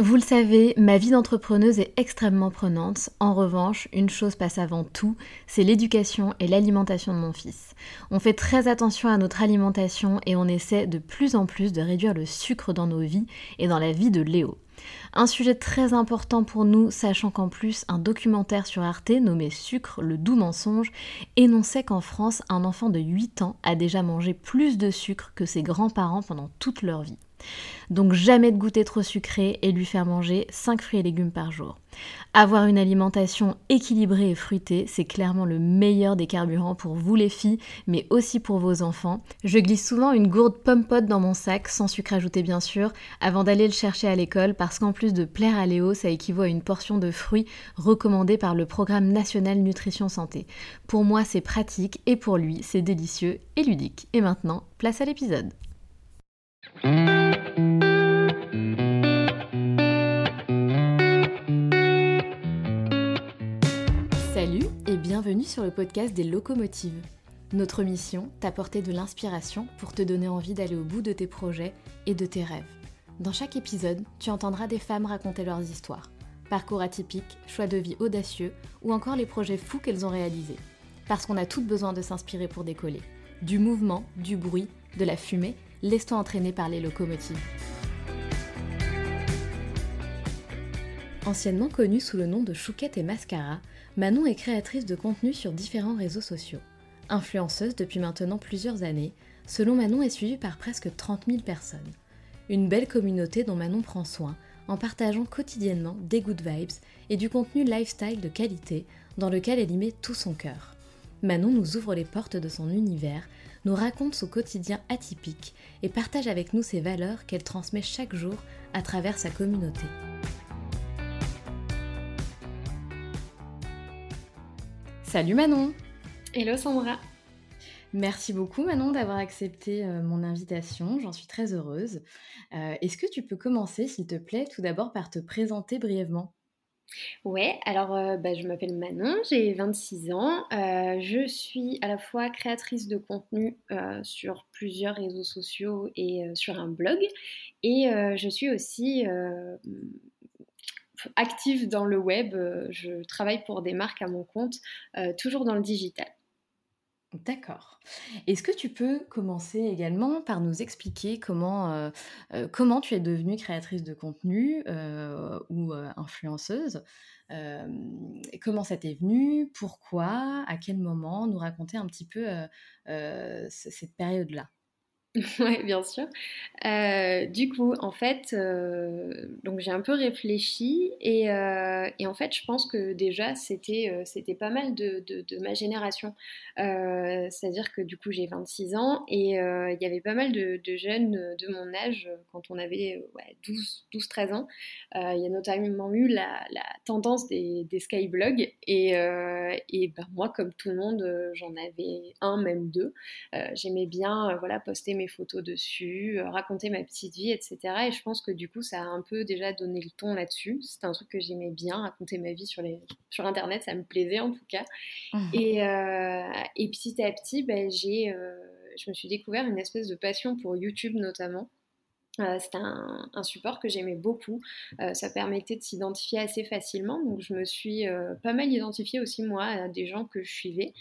Vous le savez, ma vie d'entrepreneuse est extrêmement prenante. En revanche, une chose passe avant tout, c'est l'éducation et l'alimentation de mon fils. On fait très attention à notre alimentation et on essaie de plus en plus de réduire le sucre dans nos vies et dans la vie de Léo. Un sujet très important pour nous, sachant qu'en plus, un documentaire sur Arte nommé Sucre, le doux mensonge, énonçait qu'en France, un enfant de 8 ans a déjà mangé plus de sucre que ses grands-parents pendant toute leur vie. Donc jamais de goûter trop sucré et lui faire manger 5 fruits et légumes par jour. Avoir une alimentation équilibrée et fruitée, c'est clairement le meilleur des carburants pour vous les filles, mais aussi pour vos enfants. Je glisse souvent une gourde pomme-pote dans mon sac, sans sucre ajouté bien sûr, avant d'aller le chercher à l'école, parce qu'en plus de plaire à Léo, ça équivaut à une portion de fruits recommandée par le Programme national nutrition santé. Pour moi, c'est pratique et pour lui, c'est délicieux et ludique. Et maintenant, place à l'épisode. Salut et bienvenue sur le podcast des locomotives. Notre mission, t'apporter de l'inspiration pour te donner envie d'aller au bout de tes projets et de tes rêves. Dans chaque épisode, tu entendras des femmes raconter leurs histoires, parcours atypiques, choix de vie audacieux ou encore les projets fous qu'elles ont réalisés. Parce qu'on a toutes besoin de s'inspirer pour décoller. Du mouvement, du bruit, de la fumée, laisse-toi entraîner par les locomotives. Anciennement connue sous le nom de Chouquette et Mascara, Manon est créatrice de contenu sur différents réseaux sociaux. Influenceuse depuis maintenant plusieurs années, selon Manon est suivie par presque 30 000 personnes. Une belle communauté dont Manon prend soin en partageant quotidiennement des good vibes et du contenu lifestyle de qualité dans lequel elle y met tout son cœur. Manon nous ouvre les portes de son univers, nous raconte son quotidien atypique et partage avec nous ses valeurs qu'elle transmet chaque jour à travers sa communauté. Salut Manon! Hello Sandra. Merci beaucoup Manon d'avoir accepté mon invitation, j'en suis très heureuse. Est-ce que tu peux commencer s'il te plaît tout d'abord par te présenter brièvement? Ouais, alors je m'appelle Manon, j'ai 26 ans. Je suis à la fois créatrice de contenu sur plusieurs réseaux sociaux et sur un blog. Et je suis aussi active dans le web. Je travaille pour des marques à mon compte, toujours dans le digital. D'accord. Est-ce que tu peux commencer également par nous expliquer comment tu es devenue créatrice de contenu, ou influenceuse? Comment ça t'est venu? Pourquoi? À quel moment? Nous raconter un petit peu, cette période-là. Ouais, bien sûr. Du coup, en fait, donc j'ai un peu réfléchi et en fait, je pense que déjà c'était pas mal de ma génération. C'est-à-dire que du coup, j'ai 26 ans et il y avait pas mal de jeunes de mon âge quand on avait ouais, 12-13 ans. Il y a notamment eu la tendance des skyblogs et ben, moi, comme tout le monde, j'en avais un, même deux. J'aimais bien voilà, poster mes photos dessus, raconter ma petite vie, etc. Et je pense que du coup, ça a un peu déjà donné le ton là-dessus. C'était un truc que j'aimais bien, raconter ma vie sur Internet, ça me plaisait en tout cas. Et petit à petit, je me suis découvert une espèce de passion pour YouTube notamment. C'était un support que j'aimais beaucoup. Ça permettait de s'identifier assez facilement. Donc, je me suis pas mal identifiée aussi, moi, à des gens que je suivais.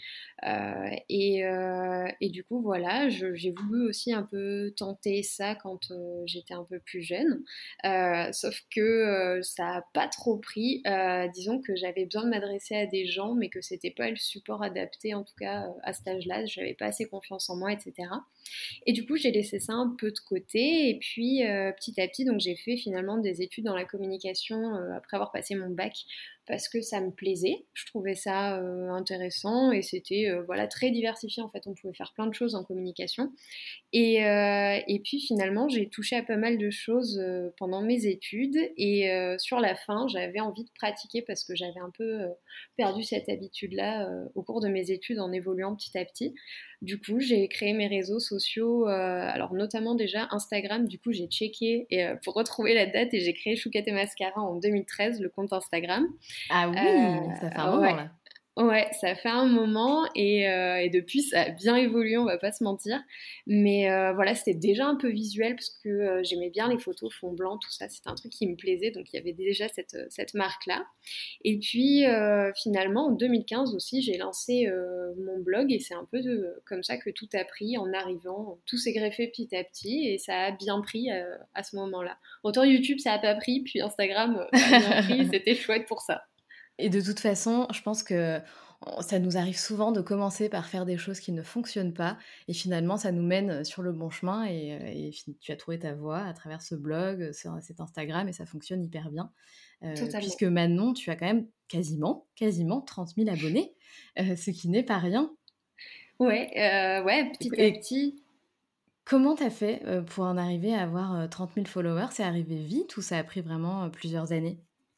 Et du coup, voilà, j'ai voulu aussi un peu tenter ça quand j'étais un peu plus jeune. Sauf que ça n'a pas trop pris. Disons que j'avais besoin de m'adresser à des gens, mais que c'était pas le support adapté, en tout cas à cet âge-là. J'avais pas assez confiance en moi, etc. Et du coup, j'ai laissé ça un peu de côté. Et puis, petit à petit, donc j'ai fait finalement des études dans la communication après avoir passé mon bac parce que ça me plaisait. Je trouvais ça intéressant et c'était voilà, très diversifié en fait. On pouvait faire plein de choses en communication. Et puis finalement, j'ai touché à pas mal de choses pendant mes études. Et sur la fin, j'avais envie de pratiquer parce que j'avais un peu perdu cette habitude-là au cours de mes études en évoluant petit à petit. Du coup, j'ai créé mes réseaux sociaux, alors notamment déjà Instagram. Du coup, j'ai checké pour retrouver la date et j'ai créé Chouquette et Mascara en 2013, le compte Instagram. Ah oui, ça fait un moment Ouais, là. Ouais, ça fait un moment et depuis ça a bien évolué, on va pas se mentir. Mais voilà, c'était déjà un peu visuel parce que j'aimais bien les photos fond blanc, tout ça, c'était un truc qui me plaisait, donc il y avait déjà cette marque-là. Et puis finalement, en 2015 aussi, j'ai lancé mon blog et c'est un peu comme ça que tout a pris en arrivant. Tout s'est greffé petit à petit et ça a bien pris à ce moment-là. Autant YouTube, ça a pas pris, puis Instagram, ça a bien pris, c'était chouette pour ça. Et de toute façon, je pense que ça nous arrive souvent de commencer par faire des choses qui ne fonctionnent pas et finalement ça nous mène sur le bon chemin et tu as trouvé ta voie à travers ce blog, cet Instagram et ça fonctionne hyper bien. Totalement. Puisque maintenant tu as quand même quasiment 30 000 abonnés, ce qui n'est pas rien. Ouais, ouais, petit à Et petit. comment tu as fait, pour en arriver à avoir, 30 000 followers? C'est arrivé vite ou ça a pris vraiment, plusieurs années?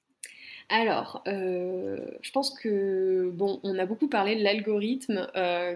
Alors, je pense que, bon, on a beaucoup parlé de l'algorithme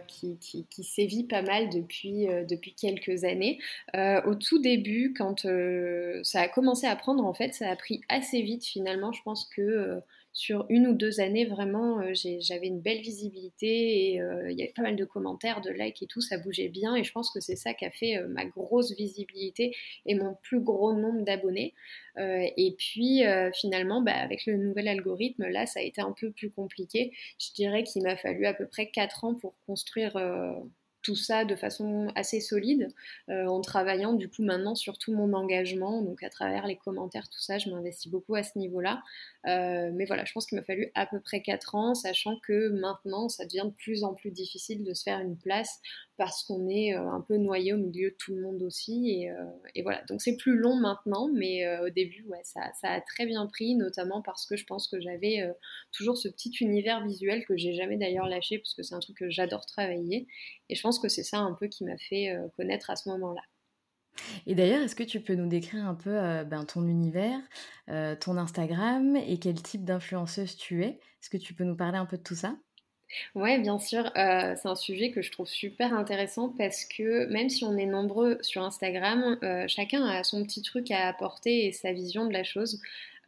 qui sévit pas mal depuis quelques années. Au tout début, quand ça a commencé à prendre, en fait, ça a pris assez vite finalement. Je pense que sur 1 ou 2 années, vraiment, j'avais une belle visibilité et il y avait pas mal de commentaires, de likes et tout, ça bougeait bien. Et je pense que c'est ça qui a fait ma grosse visibilité et mon plus gros nombre d'abonnés. Et puis finalement, bah, avec le nouvel algorithme, là, ça a été un peu plus compliqué. Je dirais qu'il m'a fallu à peu près 4 ans pour construire tout ça de façon assez solide, en travaillant du coup maintenant sur tout mon engagement, donc à travers les commentaires, tout ça, je m'investis beaucoup à ce niveau-là. Mais voilà, je pense qu'il m'a fallu à peu près 4 ans, sachant que maintenant, ça devient de plus en plus difficile de se faire une place parce qu'on est un peu noyé au milieu de tout le monde aussi. Et voilà, donc c'est plus long maintenant, mais au début, ouais, ça a très bien pris, notamment parce que je pense que j'avais toujours ce petit univers visuel que j'ai jamais d'ailleurs lâché, parce que c'est un truc que j'adore travailler. Et je pense que c'est ça un peu qui m'a fait connaître à ce moment-là. Et d'ailleurs, est-ce que tu peux nous décrire un peu, ton univers, ton Instagram et quel type d'influenceuse tu es? Est-ce que tu peux nous parler un peu de tout ça? Ouais, bien sûr, c'est un sujet que je trouve super intéressant parce que même si on est nombreux sur Instagram, chacun a son petit truc à apporter et sa vision de la chose.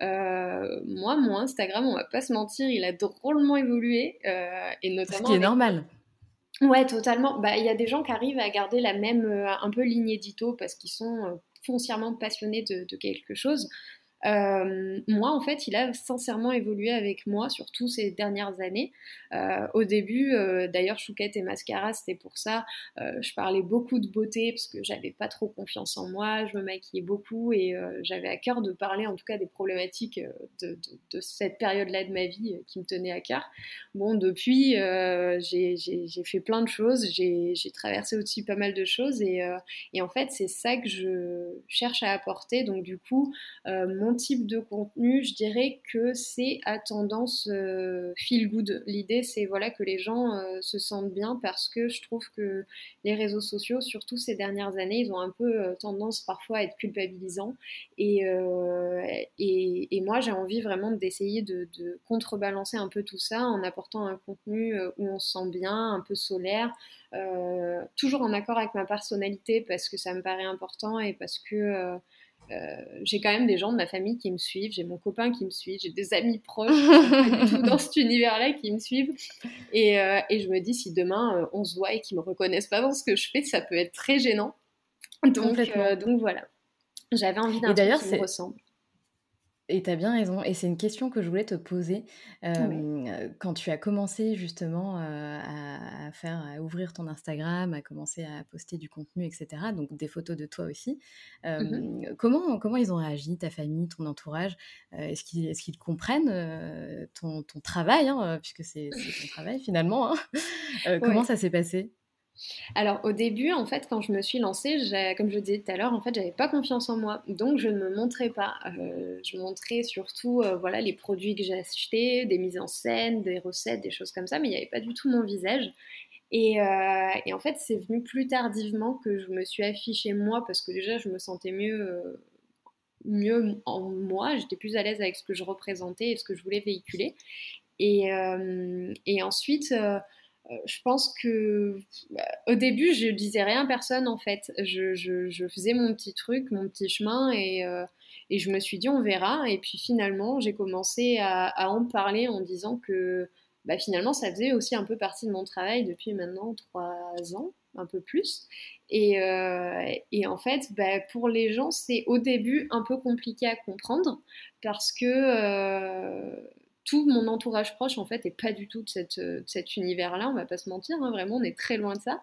Moi, mon Instagram, on va pas se mentir, il a drôlement évolué, et Ce notamment qui est avec. normal. Ouais, totalement. Bah, il y a des gens qui arrivent à garder la même, un peu ligne édito parce qu'ils sont foncièrement passionnés de quelque chose. Moi, en fait, il a sincèrement évolué avec moi, surtout ces dernières années. Au début, d'ailleurs, Chouquette et Mascara, c'était pour ça. Je parlais beaucoup de beauté parce que j'avais pas trop confiance en moi, je me maquillais beaucoup et j'avais à cœur de parler, en tout cas, des problématiques de cette période-là de ma vie qui me tenaient à cœur. Bon, depuis, j'ai fait plein de choses, j'ai traversé aussi pas mal de choses et en fait, c'est ça que je cherche à apporter. Donc, du coup, mon type de contenu, je dirais que c'est à tendance feel good. L'idée, c'est voilà que les gens se sentent bien parce que je trouve que les réseaux sociaux, surtout ces dernières années, ils ont un peu tendance parfois à être culpabilisants. Et, euh, et moi, j'ai envie vraiment d'essayer de contrebalancer un peu tout ça en apportant un contenu où on se sent bien, un peu solaire, toujours en accord avec ma personnalité parce que ça me paraît important et parce que j'ai quand même des gens de ma famille qui me suivent, j'ai mon copain qui me suit, j'ai des amis proches qui sont pas du tout dans cet univers-là qui me suivent. Et je me dis, si demain on se voit et qu'ils me reconnaissent pas dans ce que je fais, ça peut être très gênant. Complètement. Donc voilà, j'avais envie d'un Et truc d'ailleurs, qui me c'est ressemble. et tu as bien raison et c'est une question que je voulais te poser, Ouais. quand tu as commencé justement, à ouvrir ton Instagram, à commencer à poster du contenu et cetera, donc des photos de toi aussi. Mhm. Comment ils ont réagi, ta famille, ton entourage? Est-ce qu'ils comprennent, ton travail, hein, puisque c'est ton travail finalement, hein? Comment Ouais. ça s'est passé? Alors au début, en fait, quand je me suis lancée, comme je disais tout à l'heure, en fait, j'avais pas confiance en moi, donc je ne me montrais pas. Je montrais surtout, voilà, les produits que j'ai achetés, des mises en scène, des recettes, des choses comme ça, mais il n'y avait pas du tout mon visage. Et en fait, c'est venu plus tardivement que je me suis affichée moi, parce que déjà, je me sentais mieux en moi, j'étais plus à l'aise avec ce que je représentais et ce que je voulais véhiculer. Et ensuite, je pense que au début, je disais rien à personne en fait. Je faisais mon petit truc, mon petit chemin et je me suis dit on verra. Et puis finalement, j'ai commencé à en parler en disant que finalement, ça faisait aussi un peu partie de mon travail depuis maintenant 3 ans, un peu plus. Et en fait, pour les gens, c'est au début un peu compliqué à comprendre parce que tout mon entourage proche, en fait, est pas du tout de cet univers-là, on va pas se mentir, hein, vraiment, on est très loin de ça.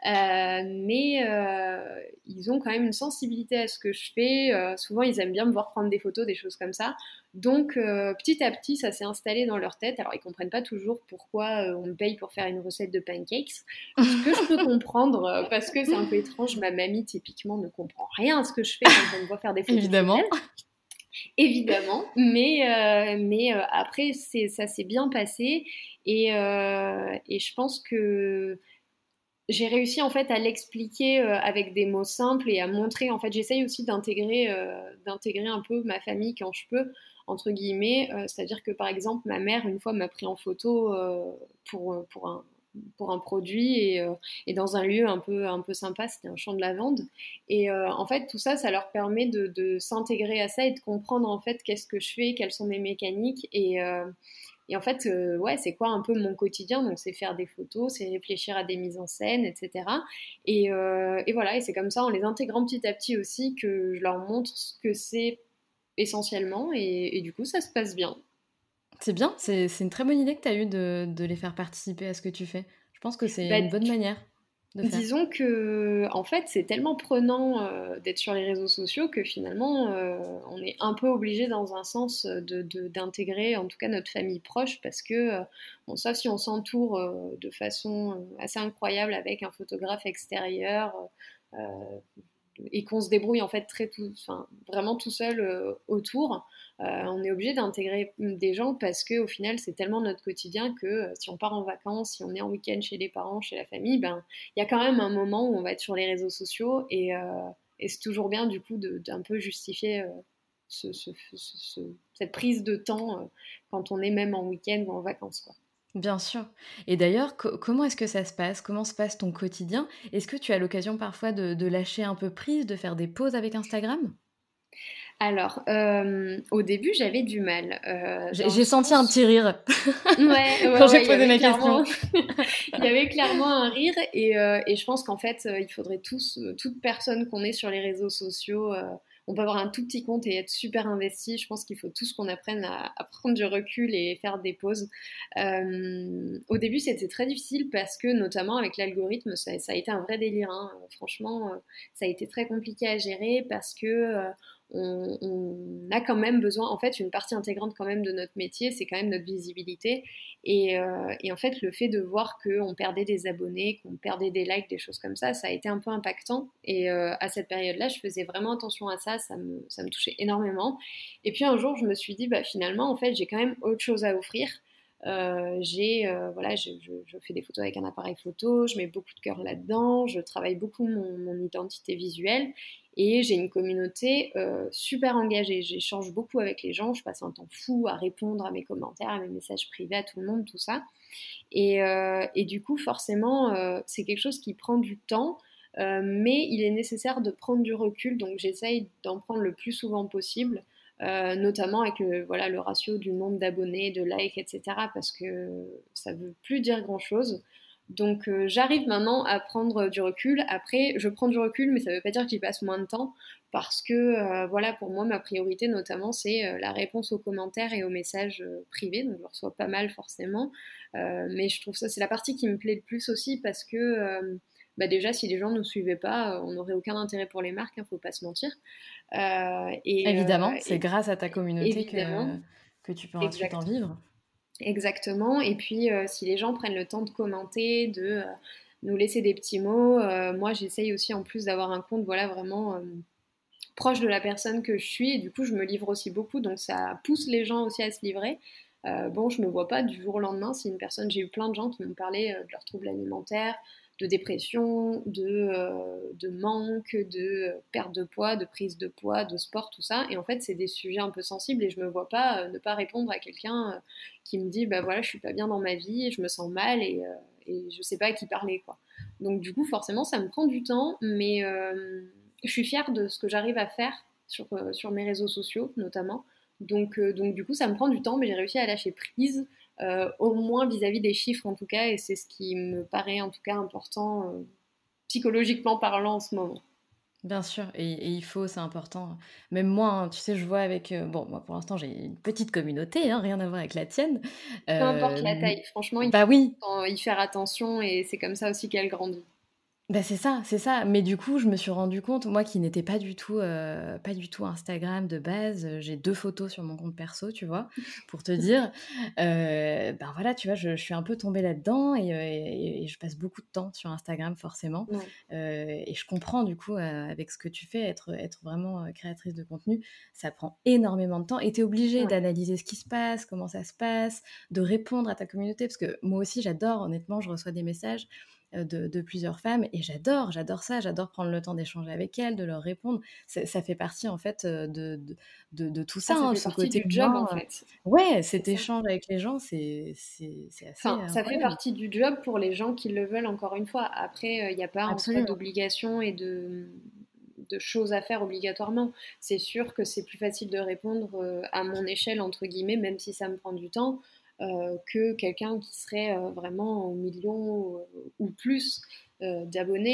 Mais ils ont quand même une sensibilité à ce que je fais. Souvent, ils aiment bien me voir prendre des photos, des choses comme ça. Donc, petit à petit, ça s'est installé dans leur tête. Alors, ils comprennent pas toujours pourquoi on me paye pour faire une recette de pancakes. Ce que je peux comprendre, parce que c'est un peu étrange. Ma mamie, typiquement, ne comprend rien à ce que je fais quand elle me voit faire des photos chez Évidemment. elle. Évidemment, mais après, ça s'est bien passé. Et je pense que j'ai réussi en fait à l'expliquer avec des mots simples et à montrer. En fait, j'essaye aussi d'intégrer un peu ma famille quand je peux, entre guillemets. C'est-à-dire que par exemple, ma mère une fois m'a pris en photo pour un produit et dans un lieu un peu sympa, c'était un champ de lavande. Et en fait, tout ça, ça leur permet de s'intégrer à ça et de comprendre en fait qu'est-ce que je fais, quelles sont mes mécaniques et en fait, ouais, c'est quoi un peu mon quotidien? Donc, c'est faire des photos, c'est réfléchir à des mises en scène, etc. Et voilà, et c'est comme ça, en les intégrant petit à petit aussi, que je leur montre ce que c'est essentiellement. Et du coup, ça se passe bien. C'est bien, c'est une très bonne idée que tu as eue de les faire participer à ce que tu fais. Je pense que c'est Bah, une bonne manière de faire. disons que, en fait, c'est tellement prenant d'être sur les réseaux sociaux que finalement, on est un peu obligé dans un sens d'intégrer en tout cas notre famille proche parce que, bon, sauf si on s'entoure de façon assez incroyable avec un photographe extérieur euh, et qu'on se débrouille en fait enfin, vraiment tout seul autour, on est obligé d'intégrer des gens parce que au final c'est tellement notre quotidien que si on part en vacances, si on est en week-end chez les parents, chez la famille, il y a quand même un moment où on va être sur les réseaux sociaux et c'est toujours bien du coup d'un peu justifier cette prise de temps quand on est même en week-end ou en vacances, quoi. Bien sûr. Et d'ailleurs, comment est-ce que ça se passe? Comment se passe ton quotidien? Est-ce que tu as l'occasion parfois de lâcher un peu prise, de faire des pauses avec Instagram? Alors, au début, j'avais du mal, dans le J'ai senti un sens. petit rire Ouais, quand ouais, j'ai ouais, posé ma question. il y avait clairement un rire et je pense qu'en fait, il faudrait toute personne qu'on est sur les réseaux sociaux, on peut avoir un tout petit compte et être super investi. Je pense qu'il faut tous qu'on apprenne à prendre du recul et faire des pauses. Au début, c'était très difficile parce que, notamment avec l'algorithme, ça a été un vrai délire, hein. Franchement, ça a été très compliqué à gérer parce que on a quand même besoin, en fait, une partie intégrante quand même de notre métier, c'est quand même notre visibilité. Et en fait, le fait de voir qu'on perdait des abonnés, qu'on perdait des likes, des choses comme ça a été un peu impactant. Et à cette période-là, je faisais vraiment attention à ça, ça me touchait énormément. Et puis un jour, je me suis dit, finalement, en fait, j'ai quand même autre chose à offrir. Voilà, je fais des photos avec un appareil photo, je mets beaucoup de cœur là-dedans, je travaille beaucoup mon identité visuelle et j'ai une communauté super engagée. J'échange beaucoup avec les gens, je passe un temps fou à répondre à mes commentaires, à mes messages privés, à tout le monde, tout ça. Et du coup, forcément, c'est quelque chose qui prend du temps, mais il est nécessaire de prendre du recul, donc j'essaye d'en prendre le plus souvent possible. Notamment avec voilà, le ratio du nombre d'abonnés, de likes, etc. Parce que ça ne veut plus dire grand-chose. Donc j'arrive maintenant à prendre du recul. Après, je prends du recul, mais ça ne veut pas dire que j'y passe moins de temps. Parce que voilà, pour moi, ma priorité notamment, c'est la réponse aux commentaires et aux messages privés. Donc je reçois pas mal forcément. Mais je trouve ça, c'est la partie qui me plaît le plus aussi parce que déjà, si les gens ne nous suivaient pas, on n'aurait aucun intérêt pour les marques, hein, faut pas se mentir. Euh, et, euh, Évidemment, c'est et grâce à ta communauté évidemment, que tu peux ensuite en exact, vivre. exactement. Et puis, si les gens prennent le temps de commenter, de nous laisser des petits mots, moi j'essaye aussi en plus d'avoir un compte, voilà, vraiment proche de la personne que je suis. Et du coup, je me livre aussi beaucoup, donc ça pousse les gens aussi à se livrer. Bon, je me vois pas du jour au lendemain si une personne, j'ai eu plein de gens qui m'ont parlé de leurs troubles alimentaires, de dépression, de manque, de perte de poids, de prise de poids, de sport, tout ça. Et en fait, c'est des sujets un peu sensibles et je me vois pas ne pas répondre à quelqu'un qui me dit, bah voilà, je suis pas bien dans ma vie, je me sens mal et je sais pas à qui parler, quoi. Donc du coup, forcément, ça me prend du temps, mais je suis fière de ce que j'arrive à faire sur mes réseaux sociaux, notamment. Donc du coup, ça me prend du temps, mais j'ai réussi à lâcher prise. au moins vis-à-vis des chiffres en tout cas, et c'est ce qui me paraît en tout cas important psychologiquement parlant en ce moment. Bien sûr, et il faut, c'est important. Même moi, hein, tu sais, je vois avec, bon, moi, pour l'instant, j'ai une petite communauté, hein, rien à voir avec la tienne. Peu importe la M taille, franchement, il Bah faut oui, y faire attention et c'est comme ça aussi qu'elle grandit. bah, c'est ça. Mais du coup, je me suis rendu compte, moi qui n'étais pas du tout Instagram de base, j'ai 2 photos sur mon compte perso, tu vois? Pour te dire, ben, voilà, tu vois, je suis un peu tombée là-dedans et je passe beaucoup de temps sur Instagram forcément, Ouais, et je comprends du coup, avec ce que tu fais, être vraiment, créatrice de contenu, ça prend énormément de temps et tu es obligée ouais. d'analyser ce qui se passe, comment ça se passe, de répondre à ta communauté parce que moi aussi j'adore, honnêtement, je reçois des messages de plusieurs femmes et j'adore ça, j'adore prendre le temps d'échanger avec elles, de leur répondre. Ça fait partie en fait de tout Ah, ça, ça hein, fait ce partie côté du job humain. en fait, Ouais, c'est cet ça. échange avec les gens, c'est assez Enfin, ça fait incroyable. partie du job pour les gens qui le veulent, encore une fois. Après, il n'y a pas en soi Absolument. d'obligation et de choses à faire obligatoirement. C'est sûr que c'est plus facile de répondre à mon échelle, entre guillemets, même si ça me prend du temps, que quelqu'un qui serait vraiment au million ou plus d'abonnés.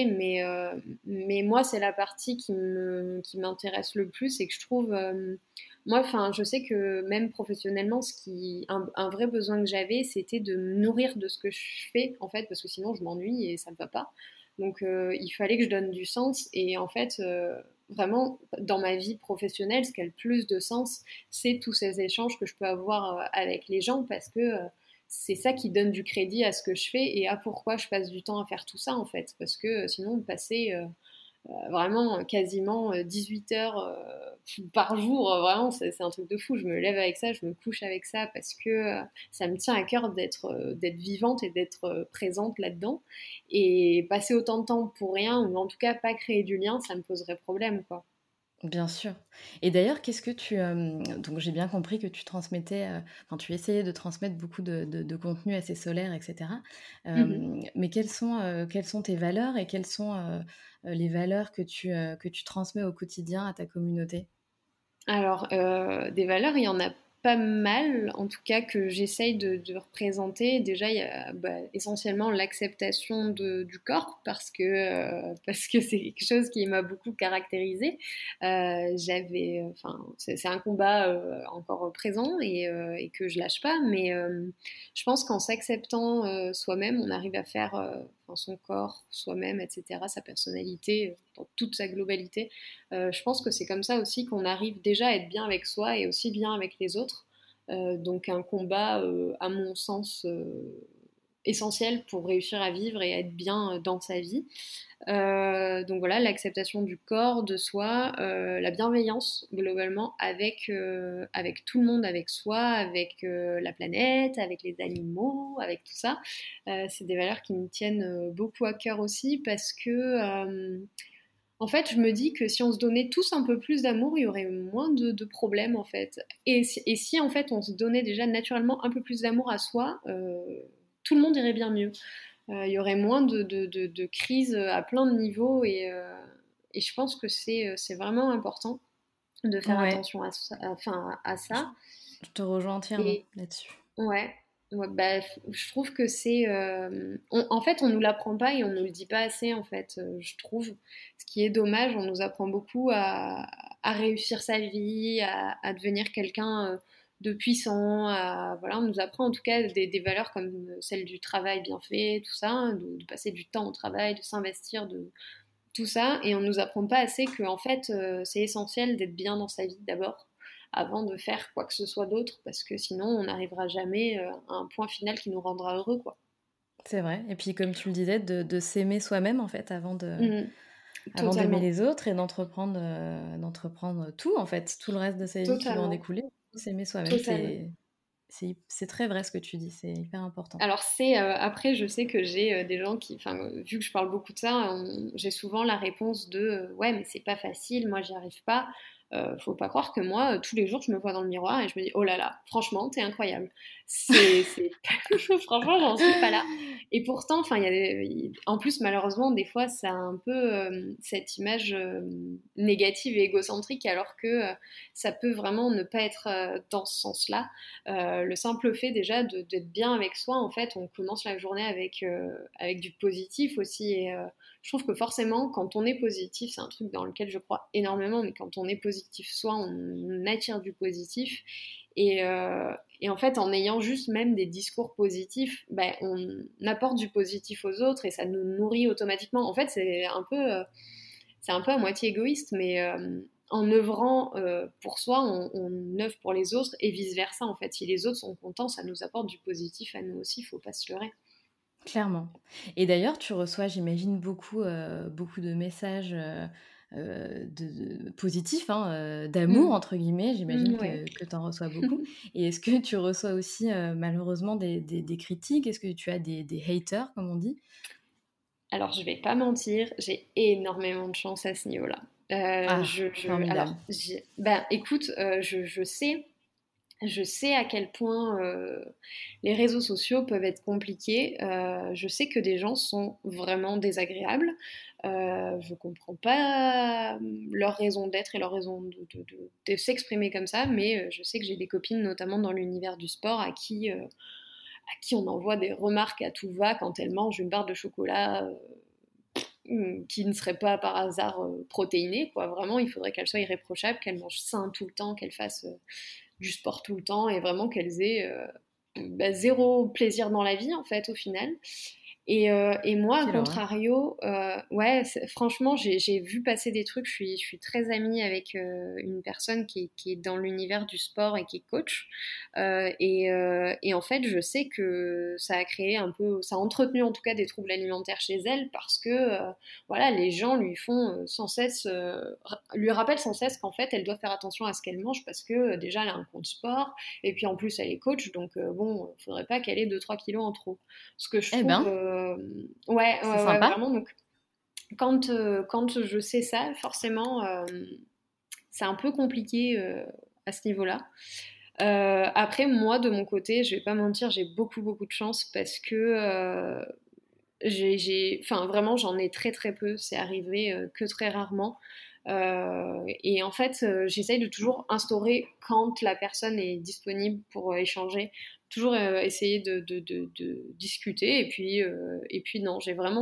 Mais moi, c'est la partie qui m'intéresse le plus et que je trouve... moi, enfin, je sais que même professionnellement, un vrai besoin que j'avais, c'était de me nourrir de ce que je fais, en fait, parce que sinon je m'ennuie et ça me va pas. Donc, il fallait que je donne du sens. Et en fait, vraiment, dans ma vie professionnelle, ce qui a le plus de sens, c'est tous ces échanges que je peux avoir avec les gens, parce que c'est ça qui donne du crédit à ce que je fais et à pourquoi je passe du temps à faire tout ça, en fait. Parce que sinon, passer vraiment quasiment 18 heures par jour, vraiment, c'est un truc de fou. Je me lève avec ça, je me couche avec ça parce que ça me tient à cœur d'être vivante et d'être présente là-dedans. Et passer autant de temps pour rien, ou en tout cas pas créer du lien, ça me poserait problème, quoi. Bien sûr. Et d'ailleurs, qu'est-ce que donc j'ai bien compris que tu transmettais, enfin tu essayais de transmettre beaucoup de contenus assez solaires et cetera. Mhm. Mais quelles sont tes valeurs et quelles sont, les valeurs que tu transmets au quotidien à ta communauté? Alors, des valeurs, il y en a pas mal, en tout cas que j'essaye de représenter. Déjà, il y a essentiellement l'acceptation du corps parce que c'est quelque chose qui m'a beaucoup caractérisée. Enfin, c'est un combat encore présent et que je lâche pas, mais je pense qu'en s'acceptant soi-même, on arrive à faire enfin, son corps, soi-même, etc., sa personnalité dans toute sa globalité. Je pense que c'est comme ça aussi qu'on arrive déjà à être bien avec soi et aussi bien avec les autres. Donc un combat, à mon sens, essentiel pour réussir à vivre et à être bien dans sa vie. Donc voilà, l'acceptation du corps, de soi, la bienveillance globalement avec tout le monde, avec soi, avec la planète, avec les animaux, avec tout ça. C'est des valeurs qui me tiennent beaucoup à cœur aussi parce que en fait, je me dis que si on se donnait tous un peu plus d'amour, il y aurait moins de problèmes en fait. Et si en fait on se donnait déjà naturellement un peu plus d'amour à soi, tout le monde irait bien mieux. Il y aurait moins de crises à plein de niveaux et je pense que c'est vraiment important de faire Ouais, attention enfin, à je ça. je te rejoins entièrement Et là-dessus. ouais, ouais, bah, je trouve que c'est... en fait, on nous l'apprend pas et on nous le dit pas assez, en fait, je trouve. Ce qui est dommage, on nous apprend beaucoup à réussir sa vie, à devenir quelqu'un de puissant. Voilà, on nous apprend en tout cas des valeurs comme celle du travail bien fait, tout ça, hein, de passer du temps au travail, de s'investir, de tout ça. Et on nous apprend pas assez que, en fait, c'est essentiel d'être bien dans sa vie d'abord avant de faire quoi que ce soit d'autre, parce que sinon on n'arrivera jamais à un point final qui nous rendra heureux, quoi. C'est vrai et puis comme tu le disais, de s'aimer soi-même en fait Mhm. avant d'aimer Totalement, les autres et d'entreprendre tout en fait, tout le reste de sa vie qui va en totalement, découler. S'aimer soi-même, totalement. c'est très vrai ce que tu dis, c'est hyper important. Alors après, je sais que j'ai des gens qui, enfin, vu que je parle beaucoup de ça, j'ai souvent la réponse de ouais, mais c'est pas facile, moi j'y arrive pas. Faut pas croire que moi, tous les jours, je me vois dans le miroir et je me dis: «Oh là là, franchement, t'es incroyable». C'est franchement, j'en suis pas là et pourtant, enfin, il y a en plus, malheureusement, des fois, ça a un peu, cette image, négative et égocentrique alors que, ça peut vraiment ne pas être, dans ce sens-là. Le simple fait déjà d'être bien avec soi, en fait, on commence la journée avec du positif aussi et je trouve que forcément, quand on est positif, c'est un truc dans lequel je crois énormément, mais quand on est positif soi, on attire du positif. Et en fait, en ayant juste même des discours positifs, ben, on apporte du positif aux autres et ça nous nourrit automatiquement. En fait, c'est un peu à moitié égoïste, mais en œuvrant pour soi, on œuvre pour les autres et vice-versa. En fait, si les autres sont contents, ça nous apporte du positif à nous aussi, il faut pas se leurrer. Clairement. Et d'ailleurs, tu reçois, j'imagine, beaucoup de messages, de positifs, hein, «d'amour» Mm. entre guillemets. J'imagine Ouais. que tu en reçois beaucoup. Et est-ce que tu reçois aussi, malheureusement des critiques? Est-ce que tu as des haters, comme on dit? Alors, je vais pas mentir, j'ai énormément de chance à ce niveau-là. Ah, formidable. Ben, écoute, je sais à quel point les réseaux sociaux peuvent être compliqués. Je sais que des gens sont vraiment désagréables. Je comprends pas leur raison d'être et leur raison de s'exprimer comme ça, mais je sais que j'ai des copines, notamment dans l'univers du sport, à qui on envoie des remarques à tout va quand elles mangent une barre de chocolat qui ne serait pas par hasard protéinée, quoi. Vraiment, il faudrait qu'elle soit irréprochable, qu'elle mange sain tout le temps, qu'elle fasse du sport tout le temps et vraiment qu'elles aient zéro plaisir dans la vie, en fait, au final. Et moi, à Quelle horreur. contrario, ouais, franchement, j'ai vu passer des trucs. Je suis très amie avec une personne qui est dans l'univers du sport et qui est coach. Et en fait, je sais que ça a créé un peu, ça a entretenu en tout cas des troubles alimentaires chez elle parce que, voilà, les gens lui font sans cesse, lui rappellent sans cesse qu'en fait, elle doit faire attention à ce qu'elle mange parce que déjà, elle a un compte sport et puis en plus, elle est coach, donc bon, faudrait pas qu'elle ait 2-3 kilos en trop. Ce que je Eh trouve, ben, c'est ouais, sympa. vraiment. Donc, quand je sais ça, forcément, c'est un peu compliqué à ce niveau-là. Après, moi, de mon côté, je vais pas mentir, j'ai beaucoup, beaucoup de chance parce que enfin, vraiment, j'en ai très, très peu. C'est arrivé que très rarement. Et en fait, j'essaye de toujours instaurer quand la personne est disponible pour échanger, toujours essayer de discuter. Et puis non,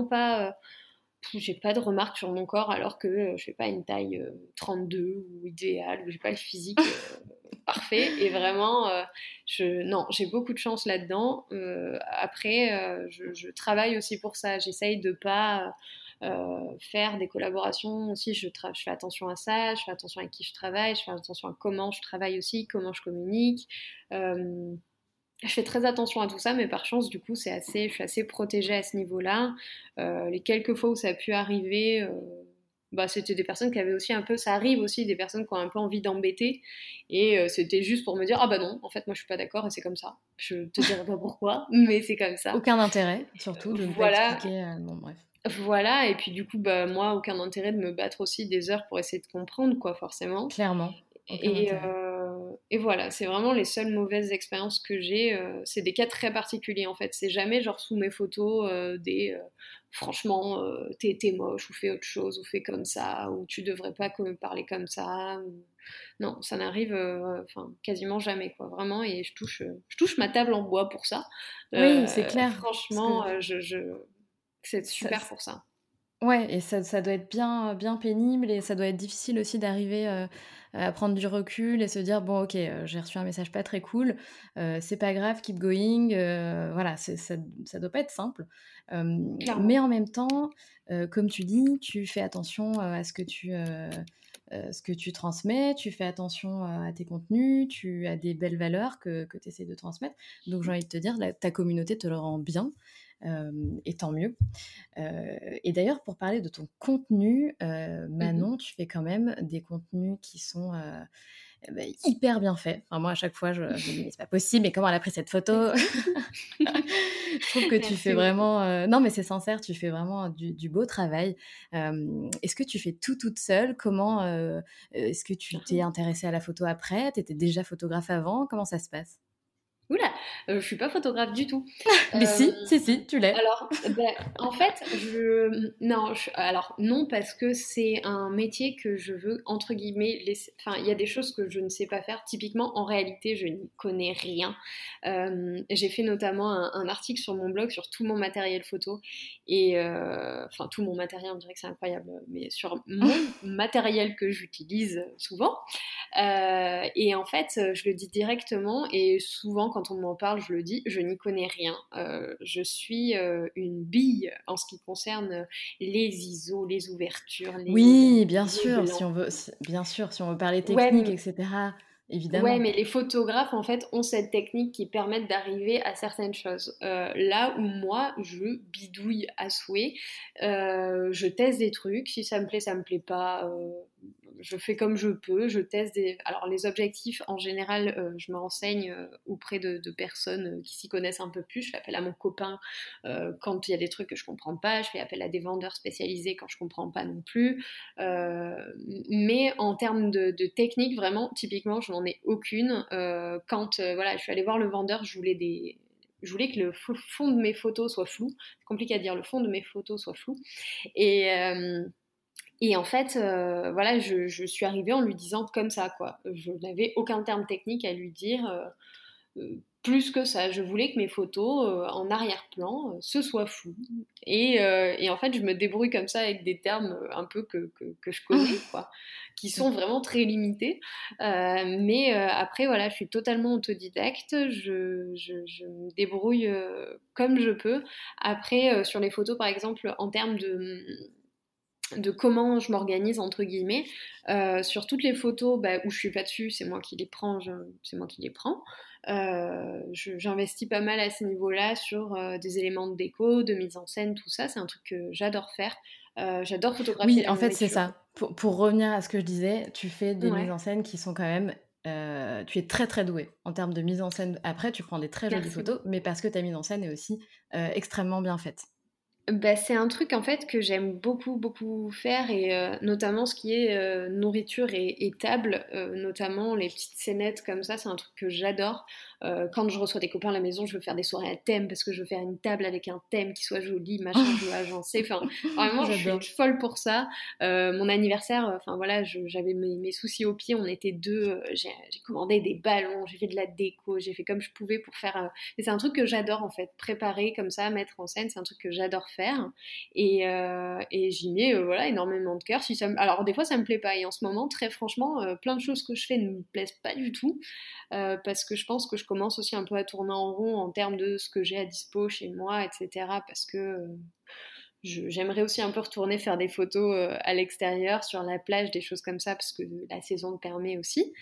j'ai pas de remarques sur mon corps alors que je fais pas une taille 32 ou idéale, ou j'ai pas le physique parfait. Et vraiment, non, j'ai beaucoup de chance là-dedans. Après, je travaille aussi pour ça. J'essaye de pas faire des collaborations aussi. Je fais attention à ça, je fais attention à qui je travaille, je fais attention à comment je travaille aussi, comment je communique. Euh, je fais très attention à tout ça, mais par chance, du coup, je suis assez protégée à ce niveau-là. Les quelques fois où ça a pu arriver, bah, c'était des personnes qui avaient aussi un peu, ça arrive aussi, des personnes qui ont un peu envie d'embêter, et c'était juste pour me dire, ah bah non, en fait, moi je suis pas d'accord et c'est comme ça. Je te dirai pas pourquoi, mais c'est comme ça. Aucun intérêt, surtout, de ne pas Voilà, expliquer, bon bref. voilà, et puis du coup, bah moi, aucun intérêt de me battre aussi des heures pour essayer de comprendre, quoi, forcément. Clairement, aucun intérêt. Et voilà, c'est vraiment les seules mauvaises expériences que j'ai. C'est des cas très particuliers en fait. C'est jamais genre sous mes photos franchement, t'es moche ou fais autre chose ou fais comme ça ou tu devrais pas parler comme ça. Non, ça n'arrive enfin, quasiment jamais quoi, vraiment. Et je touche ma table en bois pour ça. Oui, c'est clair, parce que Franchement, c'est ça super pour ça. ouais, et ça doit être bien pénible, et ça doit être difficile aussi d'arriver, à prendre du recul et se dire: «Bon OK, j'ai reçu un message pas très cool, c'est pas grave, keep going», voilà, ça doit pas être simple. Mais Clairement. en même temps, comme tu dis, tu fais attention, à ce que tu transmets, tu fais attention, à tes contenus, tu as des belles valeurs que tu essaies de transmettre. Donc j'ai envie de te dire, ta communauté te le rend bien, et tant mieux. Et d'ailleurs, pour parler de ton contenu, Mhm. Manon, tu fais quand même des contenus qui sont hyper bien fait. Enfin, moi, à chaque fois, je me dis: «Mais c'est pas possible, mais comment elle a pris cette photo?» Merci beaucoup. Je trouve que tu fais Merci beaucoup. vraiment, non, mais c'est sincère, tu fais vraiment du beau travail. Est-ce que tu fais tout toute seule? Comment, est-ce que tu t'es intéressée à la photo après? Tu étais déjà photographe avant? Comment ça se passe? Ouh là! Je suis pas photographe du tout. Mais Hem, si, si, si, tu l'es. alors, en fait, non, alors non, parce que c'est un métier que je veux, entre guillemets, laisser enfin, il y a des choses que je ne sais pas faire. Typiquement, en réalité, je n'y connais rien. J'ai fait notamment un article sur mon blog sur tout mon matériel photo et enfin, tout mon matériel, on dirait que c'est incroyable, mais sur mon matériel que j'utilise souvent. Et en fait, je le dis directement et souvent quand on m'en parle, je le dis, je n'y connais rien. Je suis une bille en ce qui concerne les ISO, les ouvertures, Oui, bien les sûr, blancs. bien sûr, si on veut parler technique Ouais, et cetera, ouais, évidemment. mais les photographes, en fait, ont cette technique qui permettent d'arriver à certaines choses. Là où moi, je bidouille à souhait, je teste des trucs. Si ça me plaît pas, je fais comme je peux. Je teste des. Alors les objectifs, en général, je me renseigne auprès de personnes qui s'y connaissent un peu plus. Je fais appel à mon copain quand il y a des trucs que je comprends pas. Je fais appel à des vendeurs spécialisés quand je comprends pas non plus. Euh, mais en termes de technique, vraiment, typiquement, je n'en ai aucune. Quand voilà, je suis allée voir le vendeur, je voulais que le fond de mes photos soit flou. C'est compliqué à dire, le fond de mes photos soit flou. Et, euh, et en fait, voilà, je suis arrivée en lui disant comme ça, quoi. Je n'avais aucun terme technique à lui dire. Plus que ça, je voulais que mes photos en arrière-plan, ce soit flou. Et en fait, je me débrouille comme ça avec des termes un peu que je connais, quoi, qui sont vraiment très limités. Mais après, voilà, je suis totalement autodidacte, je me débrouille comme je peux. Après, sur les photos, par exemple, en termes de comment je m'organise entre guillemets. Sur toutes les photos où je suis pas dessus, c'est moi qui les prends, c'est moi qui les prends. J'investis pas mal à ce niveau-là sur des éléments de déco, de mise en scène, tout ça. C'est un truc que j'adore faire. J'adore photographier Oui, la en fait, c'est nourriture. ça. Pour revenir à ce que je disais, tu fais des mises Ouais, en scène qui sont quand même, tu es très, très douée en termes de mise en scène. Après, tu prends des très jolies merci photos, beaucoup. mais parce que ta mise en scène est aussi, extrêmement bien faite. Bah, c'est un truc en fait que j'aime beaucoup beaucoup faire et notamment ce qui est nourriture et table, notamment les petites scénettes comme ça, c'est un truc que j'adore. Quand je reçois des copains à la maison, je veux faire des soirées à thème parce que je veux faire une table avec un thème qui soit joli, machin, je veux agencer. Enfin, vraiment, je suis J'adore. folle pour ça. Mon anniversaire, enfin voilà, j'avais mes soucis aux pieds, on était deux, j'ai commandé des ballons, j'ai fait de la déco, j'ai fait comme je pouvais pour faire. Et c'est un truc que j'adore en fait, préparer comme ça, mettre en scène, c'est un truc que j'adore faire. Et j'y mets voilà, énormément de cœur. Si alors des fois ça me plaît pas. Et en ce moment, très franchement, plein de choses que je fais ne me plaisent pas du tout. Parce que je pense que je commence aussi un peu à tourner en rond en termes de ce que j'ai à dispo chez moi, etc. Parce que j'aimerais aussi un peu retourner faire des photos à l'extérieur, sur la plage, des choses comme ça, parce que la saison le permet aussi.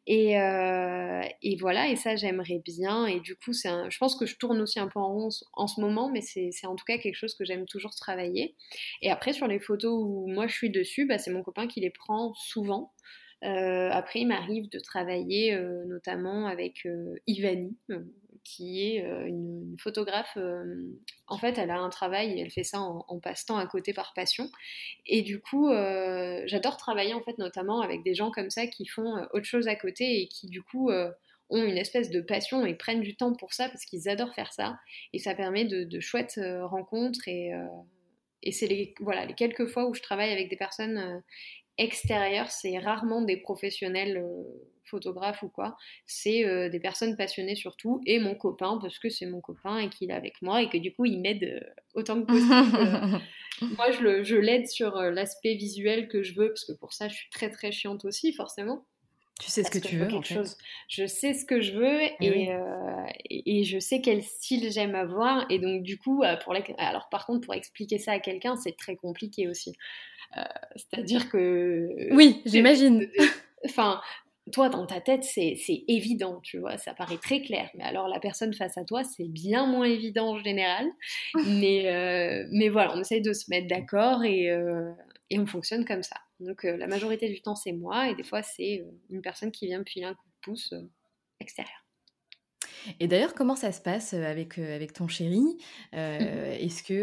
Et voilà, et ça j'aimerais bien. Et du coup, je pense que je tourne aussi un peu en rond en ce moment, mais c'est en tout cas quelque chose que j'aime toujours travailler. Et après, sur les photos où moi je suis dessus, c'est mon copain qui les prend souvent. Après, il m'arrive de travailler notamment avec Ivani, qui est une photographe. En fait, elle a un travail et elle fait ça en passe-temps à côté par passion. Et du coup, j'adore travailler en fait notamment avec des gens comme ça qui font autre chose à côté et qui du coup ont une espèce de passion et prennent du temps pour ça parce qu'ils adorent faire ça. Et ça permet de chouettes rencontres et c'est voilà, les quelques fois où je travaille avec des personnes extérieures, c'est rarement des professionnels photographes ou quoi, c'est des personnes passionnées surtout, et mon copain, parce que c'est mon copain et qu'il est avec moi et que du coup il m'aide autant que possible. Moi je l'aide sur l'aspect visuel que je veux, parce que pour ça je suis très très chiante aussi forcément. Tu sais ce que Parce que tu je veux veux, en quelque fait. chose, je sais ce que je veux Eh oui. et je sais quel style j'aime avoir. Et donc, du coup, alors par contre, pour expliquer ça à quelqu'un, c'est très compliqué aussi. C'est-à-dire que, Oui, j'imagine. enfin, toi, dans ta tête, c'est évident, tu vois, ça paraît très clair. Mais alors, la personne face à toi, c'est bien moins évident en général. Mais voilà, on essaye de se mettre d'accord et on fonctionne comme ça. Donc la majorité du temps, c'est moi, et des fois, c'est une personne qui vient me filer un coup de pouce extérieur. Et d'ailleurs, comment ça se passe, avec ton chéri? Est-ce que,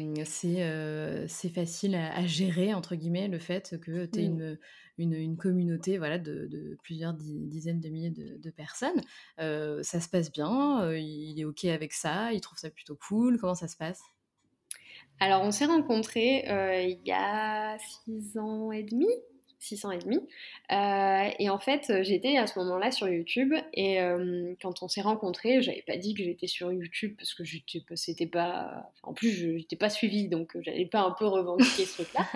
c'est «facile à gérer» entre guillemets, le fait que tu aies Mmh. une communauté, voilà, de plusieurs dizaines de milliers de personnes? Ça se passe bien? Il est OK avec ça? Il trouve ça plutôt cool? Comment ça se passe? Alors, on s'est rencontrés il y a 6 ans et demi, 6 ans et demi. Et en fait, j'étais à ce moment-là sur YouTube. Et quand on s'est rencontrés, j'avais pas dit que j'étais sur YouTube parce que c'était pas. En plus, je n'étais pas suivie, donc j'allais pas un peu revendiquer ce truc-là.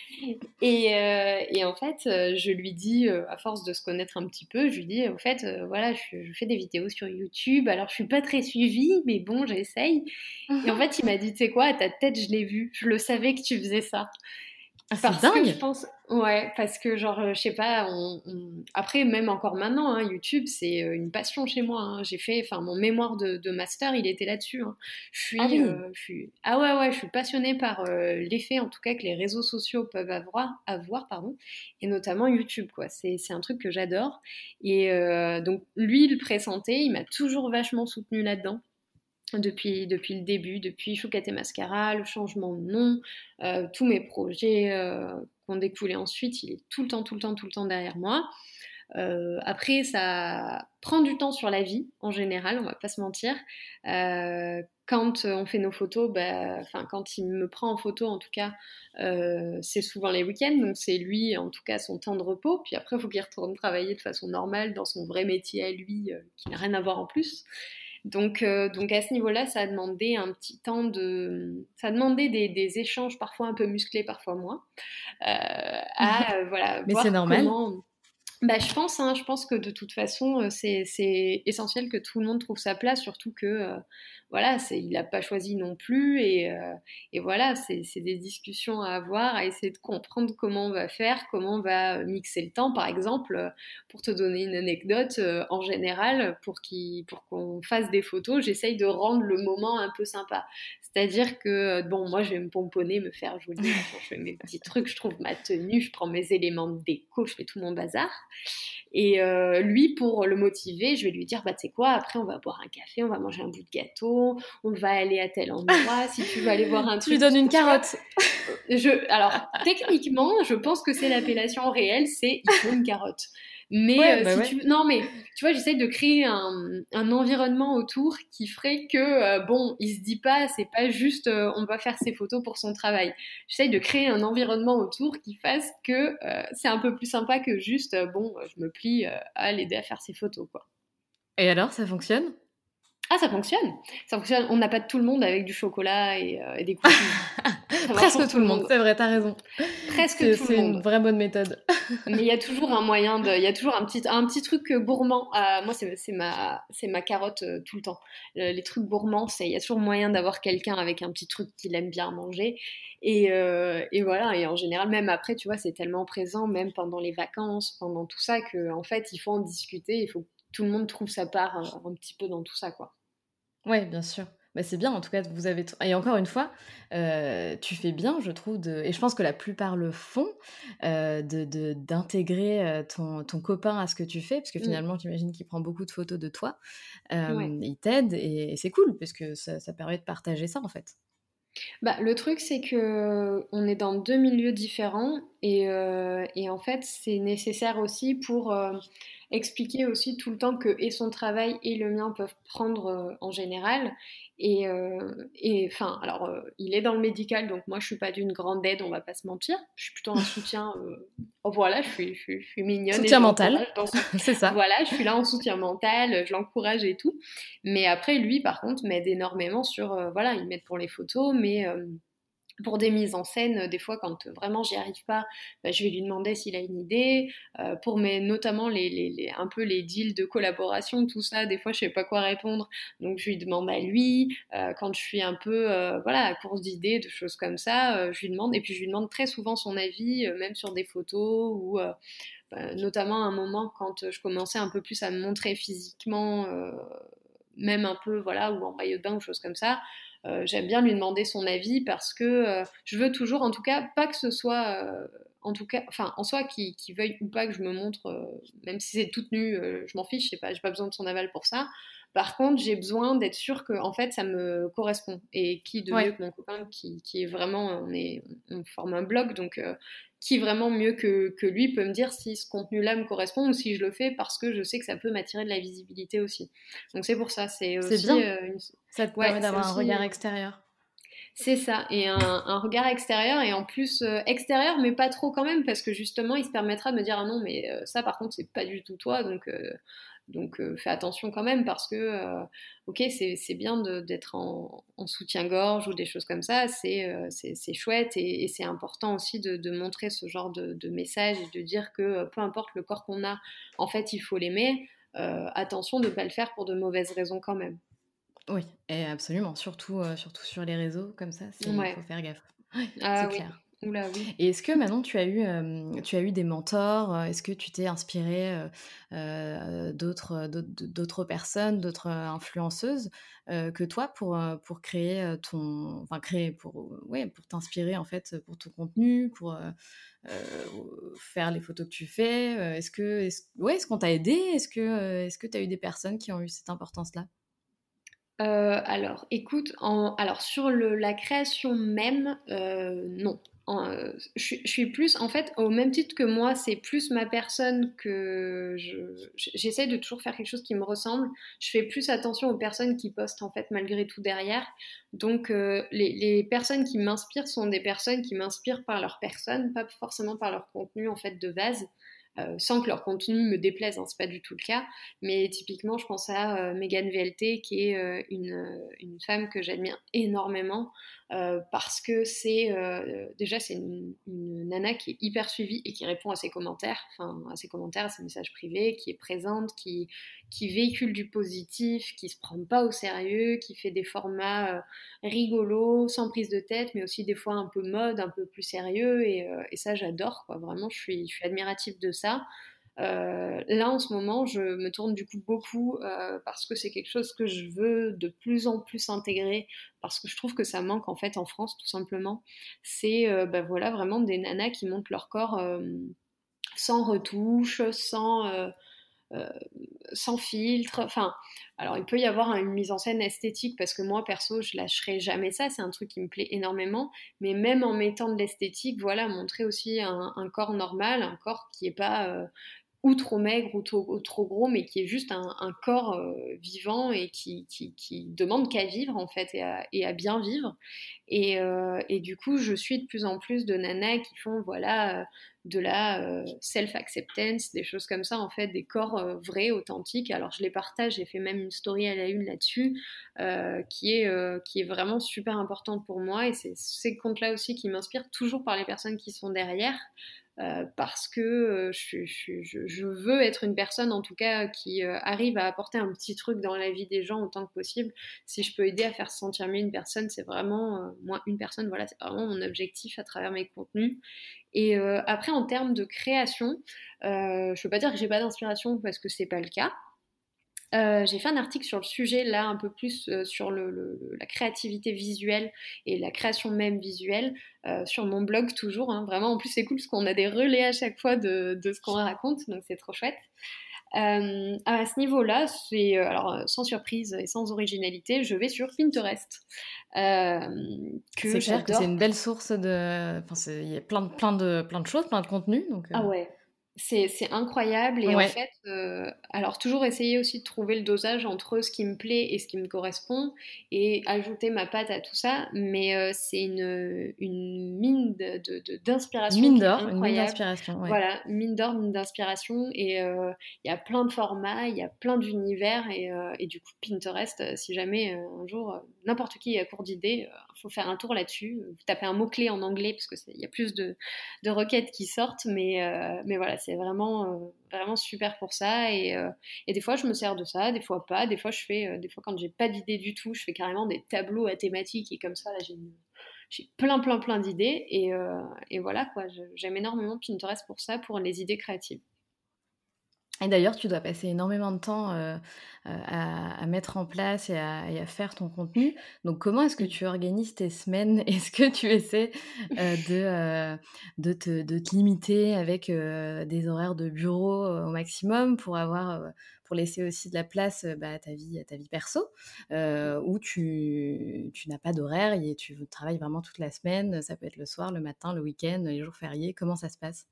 Et en fait, je lui dis, à force de se connaître un petit peu, je lui dis, au fait, voilà, je fais des vidéos sur YouTube. Alors, je suis pas très suivie, mais bon, j'essaye. Et en Mmh. fait, il m'a dit, tu sais quoi, à ta tête, je l'ai vu. Je le savais que tu faisais ça. Ah, c'est Parce que je dingue! pense, ouais, parce que genre, je sais pas, après, même encore maintenant, hein, YouTube, c'est une passion chez moi, hein. J'ai fait, enfin, mon mémoire de master, il était là-dessus, hein. Ah oui! Ah ouais, ouais, je suis passionnée par l'effet, en tout cas, que les réseaux sociaux peuvent pardon, et notamment YouTube, quoi. C'est un truc que j'adore. Et donc, lui, il le pressentait, il m'a toujours vachement soutenue là-dedans. Depuis le début, depuis Chouquette et Mascara, le changement de nom, tous mes projets qui ont découlé ensuite, il est tout le temps, tout le temps, tout le temps derrière moi. Après, ça prend du temps sur la vie, en général, on va pas se mentir. Quand on fait nos photos, bah, enfin, quand il me prend en photo, en tout cas, c'est souvent les week-ends, donc c'est lui, en tout cas, son temps de repos. Puis après, il faut qu'il retourne travailler de façon normale dans son vrai métier à lui, qui n'a rien à voir en plus. Donc à ce niveau-là, ça a demandé un petit temps ça a demandé des échanges parfois un peu musclés, parfois moins, voilà, Mais c'est voir normal. comment. Bah, je pense, hein, je pense que de toute façon, c'est essentiel que tout le monde trouve sa place, surtout que, voilà, il n'a pas choisi non plus. Et voilà, c'est des discussions à avoir, à essayer de comprendre comment on va faire, comment on va mixer le temps. Par exemple, pour te donner une anecdote, en général, pour qu'on fasse des photos, j'essaye de rendre le moment un peu sympa. C'est-à-dire que, bon, moi, je vais me pomponner, me faire jolie, machin, je fais mes petits trucs, je trouve ma tenue, je prends mes éléments de déco, je fais tout mon bazar. Et lui, pour le motiver, je vais lui dire, bah, tu sais quoi, après, on va boire un café, on va manger un bout de gâteau, on va aller à tel endroit, si tu veux aller voir un Tu lui truc, donnes une tu vois. carotte. Alors, techniquement, je pense que c'est l'appellation réelle, c'est il faut une carotte. Mais Ouais, bah si ouais. tu... Non, mais tu vois, j'essaye de créer un environnement autour qui ferait que, bon, il se dit pas, c'est pas juste on va faire ses photos pour son travail. J'essaye de créer un environnement autour qui fasse que c'est un peu plus sympa que juste, bon, je me plie à l'aider à faire ses photos, quoi. Et alors, ça fonctionne? Ah, ça fonctionne! Ça fonctionne. On n'a pas tout le monde avec du chocolat et des cookies. Ça marche pour Presque tout tout le le monde, monde. c'est vrai, tu as raison. Presque C'est tout le c'est une monde. vraie bonne méthode. Mais il y a toujours un moyen il y a toujours un petit truc gourmand. Moi, c'est ma carotte tout le temps. Les trucs gourmands, il y a toujours moyen d'avoir quelqu'un avec un petit truc qu'il aime bien manger. Et voilà. Et en général, même après, tu vois, c'est tellement présent, même pendant les vacances, pendant tout ça, qu'en fait, il faut en discuter. Il faut que tout le monde trouve sa part un petit peu dans tout ça, quoi. Ouais, bien sûr. Bah, c'est bien en tout cas, vous avez et encore une fois, tu fais bien je trouve et je pense que la plupart le font, d'intégrer, ton copain à ce que tu fais, parce que Mm. finalement j'imagine qu'il prend beaucoup de photos de toi. Ouais. Il t'aide et c'est cool parce que ça permet de partager ça en fait. Bah, le truc, c'est que on est dans deux milieux différents et en fait, c'est nécessaire aussi pour expliquer aussi tout le temps que et son travail et le mien peuvent prendre en général. Et enfin, alors, il est dans le médical, donc moi, je suis pas d'une grande aide, on va pas se mentir. Je suis plutôt un soutien. Oh, voilà, je suis mignonne et Soutien je mental, l'encourage dans son. c'est ça. Voilà, je suis là en soutien mental, je l'encourage et tout. Mais après, lui, par contre, m'aide énormément sur, voilà, il m'aide pour les photos, mais pour des mises en scène, des fois, quand vraiment j'y arrive pas, bah, je vais lui demander s'il a une idée. Pour notamment un peu les deals de collaboration, tout ça, des fois, je sais pas quoi répondre, donc je lui demande à lui. Quand je suis un peu, voilà, à course d'idées, de choses comme ça, je lui demande. Et puis, je lui demande très souvent son avis, même sur des photos ou notamment à un moment quand je commençais un peu plus à me montrer physiquement, même un peu, voilà, ou en maillot de bain ou choses comme ça. J'aime bien lui demander son avis parce que je veux toujours, en tout cas, pas que ce soit en tout cas, enfin, en soi, qui veuille ou pas que je me montre, même si c'est toute nue, je m'en fiche, j'ai pas besoin de son aval pour ça. Par contre, j'ai besoin d'être sûre que, en fait, ça me correspond. Et qui de mieux Ouais, que mon copain qui est vraiment, on forme un blog, donc qui vraiment mieux que lui peut me dire si ce contenu-là me correspond ou si je le fais parce que je sais que ça peut m'attirer de la visibilité aussi. Donc c'est pour ça, c'est c'est aussi bien. Ça te ouais, permet c'est d'avoir un aussi regard extérieur. c'est ça, et un regard extérieur, et en plus extérieur, mais pas trop quand même, parce que justement, il se permettra de me dire ah non, mais ça par contre, c'est pas du tout toi, donc fais attention quand même, parce que ok, c'est bien d'être en soutien-gorge ou des choses comme ça, c'est chouette, et c'est important aussi de montrer ce genre de message et de dire que peu importe le corps qu'on a, en fait, il faut l'aimer. Attention de ne pas le faire pour de mauvaises raisons quand même. Oui, et absolument, surtout sur les réseaux comme ça, il faut Ouais. faire gaffe. Ouais, c'est Ah oui. clair. Oula oui. Et est-ce que maintenant tu as eu des mentors? Est-ce que tu t'es inspirée, d'autres personnes, d'autres, influenceuses, que toi pour créer, créer pour t'inspirer en fait, pour ton contenu, faire les photos que tu fais? Est-ce qu'on t'a aidé? Est-ce que tu as eu des personnes qui ont eu cette importance-là? Alors, écoute, alors sur la création même, non. Je suis plus, en fait, au même titre que moi, c'est plus ma personne que j'essaie de toujours faire quelque chose qui me ressemble. Je fais plus attention aux personnes qui postent en fait malgré tout derrière. Donc, les personnes qui m'inspirent sont des personnes qui m'inspirent par leur personne, pas forcément par leur contenu en fait de base. Sans que leur contenu me déplaise, hein, c'est pas du tout le cas. Mais typiquement, je pense à Megan VLT, qui est une femme que j'admire énormément parce que déjà c'est une nana qui est hyper suivie et qui répond à ses commentaires, à ses messages privés, qui est présente, qui véhicule du positif, qui se prend pas au sérieux, qui fait des formats rigolos, sans prise de tête, mais aussi des fois un peu mode, un peu plus sérieux, et ça j'adore, quoi. Vraiment, je suis admirative de ça. Là, en ce moment, je me tourne du coup beaucoup parce que c'est quelque chose que je veux de plus en plus intégrer, parce que je trouve que ça manque en fait en France, tout simplement. C'est bah, voilà, vraiment des nanas qui montrent leur corps sans retouche, euh, sans filtre. Enfin, alors il peut y avoir une mise en scène esthétique parce que moi perso je lâcherai jamais ça, c'est un truc qui me plaît énormément. Mais même en mettant de l'esthétique, voilà, montrer aussi un corps normal, un corps qui est pas ou trop maigre ou trop gros, mais qui est juste un corps vivant et qui demande qu'à vivre en fait et à bien vivre. Et du coup, je suis de plus en plus de nanas qui font voilà de la self-acceptance, des choses comme ça en fait, des corps vrais, authentiques. Alors je les partage, j'ai fait même une story à la une là-dessus qui est vraiment super importante pour moi, et c'est ces comptes-là aussi qui m'inspirent toujours par les personnes qui sont derrière. Parce que je veux être une personne en tout cas qui arrive à apporter un petit truc dans la vie des gens autant que possible. Si je peux aider à faire se sentir mieux une personne, c'est vraiment, moi, une personne, voilà, c'est vraiment mon objectif à travers mes contenus. Et après, en termes de création, je ne veux pas dire que j'ai pas d'inspiration parce que c'est pas le cas. J'ai fait un article sur le sujet, là, un peu plus sur la créativité visuelle et la création même visuelle, sur mon blog toujours, hein, vraiment. En plus, c'est cool parce qu'on a des relais à chaque fois de ce qu'on raconte, donc c'est trop chouette. À ce niveau-là, alors sans surprise et sans originalité, je vais sur Pinterest, euh, que C'est clair que c'est j'adore. une belle source de enfin, il y a plein de choses, plein de contenus donc Ah ouais, c'est incroyable, et en ouais. fait, alors toujours essayer aussi de trouver le dosage entre ce qui me plaît et ce qui me correspond, et ajouter ma patte à tout ça, mais c'est une mine d'inspiration qui est Une mine incroyable. d'inspiration, ouais. Voilà, mine d'or, mine d'inspiration, et il y a plein de formats, il y a plein d'univers, et du coup Pinterest, si jamais un jour n'importe qui est à court d'idées, il faut faire un tour là-dessus, vous tapez un mot-clé en anglais parce que il y a plus de requêtes qui sortent, mais voilà, c'est vraiment super pour ça. Et des fois, je me sers de ça, des fois pas. Des fois, des fois, quand j'ai pas d'idée du tout, je fais carrément des tableaux à thématiques, et comme ça, là, j'ai plein d'idées. Et voilà, quoi. J'aime énormément Pinterest pour ça, pour les idées créatives. Et d'ailleurs, tu dois passer énormément de temps, à mettre en place et à faire ton contenu. Donc comment est-ce que Mmh. tu organises tes semaines? Est-ce que tu essaies, de te limiter avec, des horaires de bureau, au maximum pour laisser aussi de la place, bah, à ta vie perso? Ou tu n'as pas d'horaire et tu travailles vraiment toute la semaine, ça peut être le soir, le matin, le week-end, les jours fériés, comment ça se passe?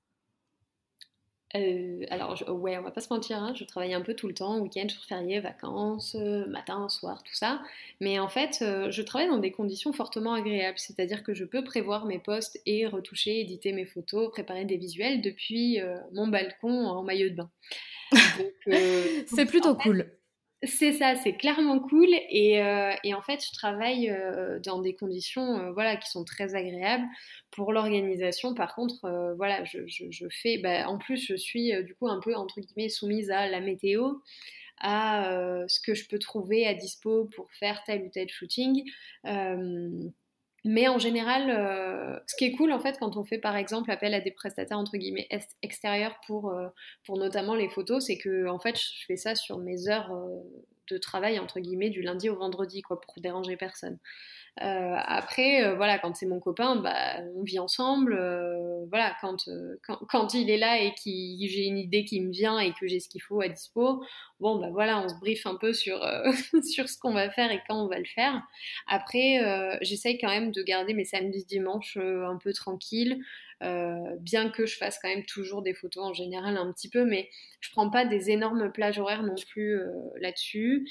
Alors ouais, on va pas se mentir, hein, je travaille un peu tout le temps, week-end, jours fériés, vacances, matin, soir, tout ça. Mais en fait, je travaille dans des conditions fortement agréables, c'est-à-dire que je peux prévoir mes posts et retoucher, éditer mes photos, préparer des visuels depuis, mon balcon en maillot de bain. Donc C'est plutôt cool. c'est ça, c'est clairement cool et en fait, je travaille, dans des conditions, voilà, qui sont très agréables. Pour l'organisation, par contre, voilà, je fais en plus, je suis, du coup, un peu, entre guillemets, «soumise à la météo», à, ce que je peux trouver à dispo pour faire tel ou tel shooting. Hem mais en général, ce qui est cool en fait quand on fait par exemple appel à des prestataires entre guillemets extérieurs pour notamment les photos, c'est que en fait je fais ça sur mes heures de travail entre guillemets du lundi au vendredi quoi pour déranger personne. Après, voilà, quand c'est mon copain, bah, on vit ensemble. Voilà, quand il est là et que j'ai une idée qui me vient et que j'ai ce qu'il faut à dispo, bon, bah voilà, on se briefe un peu sur, sur ce qu'on va faire et quand on va le faire. Après, j'essaye quand même de garder mes samedis, dimanches un peu tranquilles, bien que je fasse quand même toujours des photos en général un petit peu, mais je prends pas des énormes plages horaires non plus là-dessus.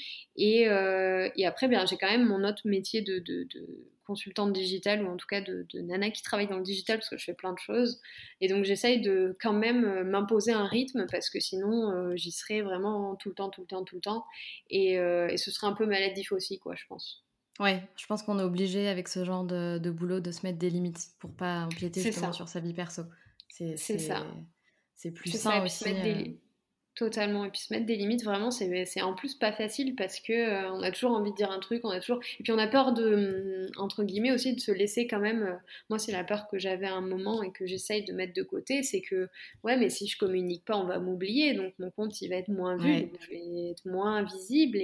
Et après, bien, j'ai quand même mon autre métier de consultante digitale ou en tout cas de nana qui travaille dans le digital parce que je fais plein de choses. Et donc j'essaye de quand même m'imposer un rythme parce que sinon j'y serais vraiment tout le temps, tout le temps, tout le temps. Et ce serait un peu maladif aussi, quoi, je pense. Ouais, je pense qu'on est obligé avec ce genre de boulot de se mettre des limites pour pas empiéter C'est justement ça, sur sa vie perso. C'est c'est ça. c'est c'est plus C'est ça, et sain puis se aussi, mettre totalement. Et puis se mettre des limites, vraiment, c'est en plus pas facile parce que on a toujours envie de dire un truc, on a toujours. Et puis on a peur de, entre guillemets aussi, de se laisser quand même. Moi, c'est la peur que j'avais à un moment et que j'essaye de mettre de côté, c'est que, ouais, mais si je communique pas, on va m'oublier, donc mon compte, il va être moins vu, donc ouais. je vais être moins visible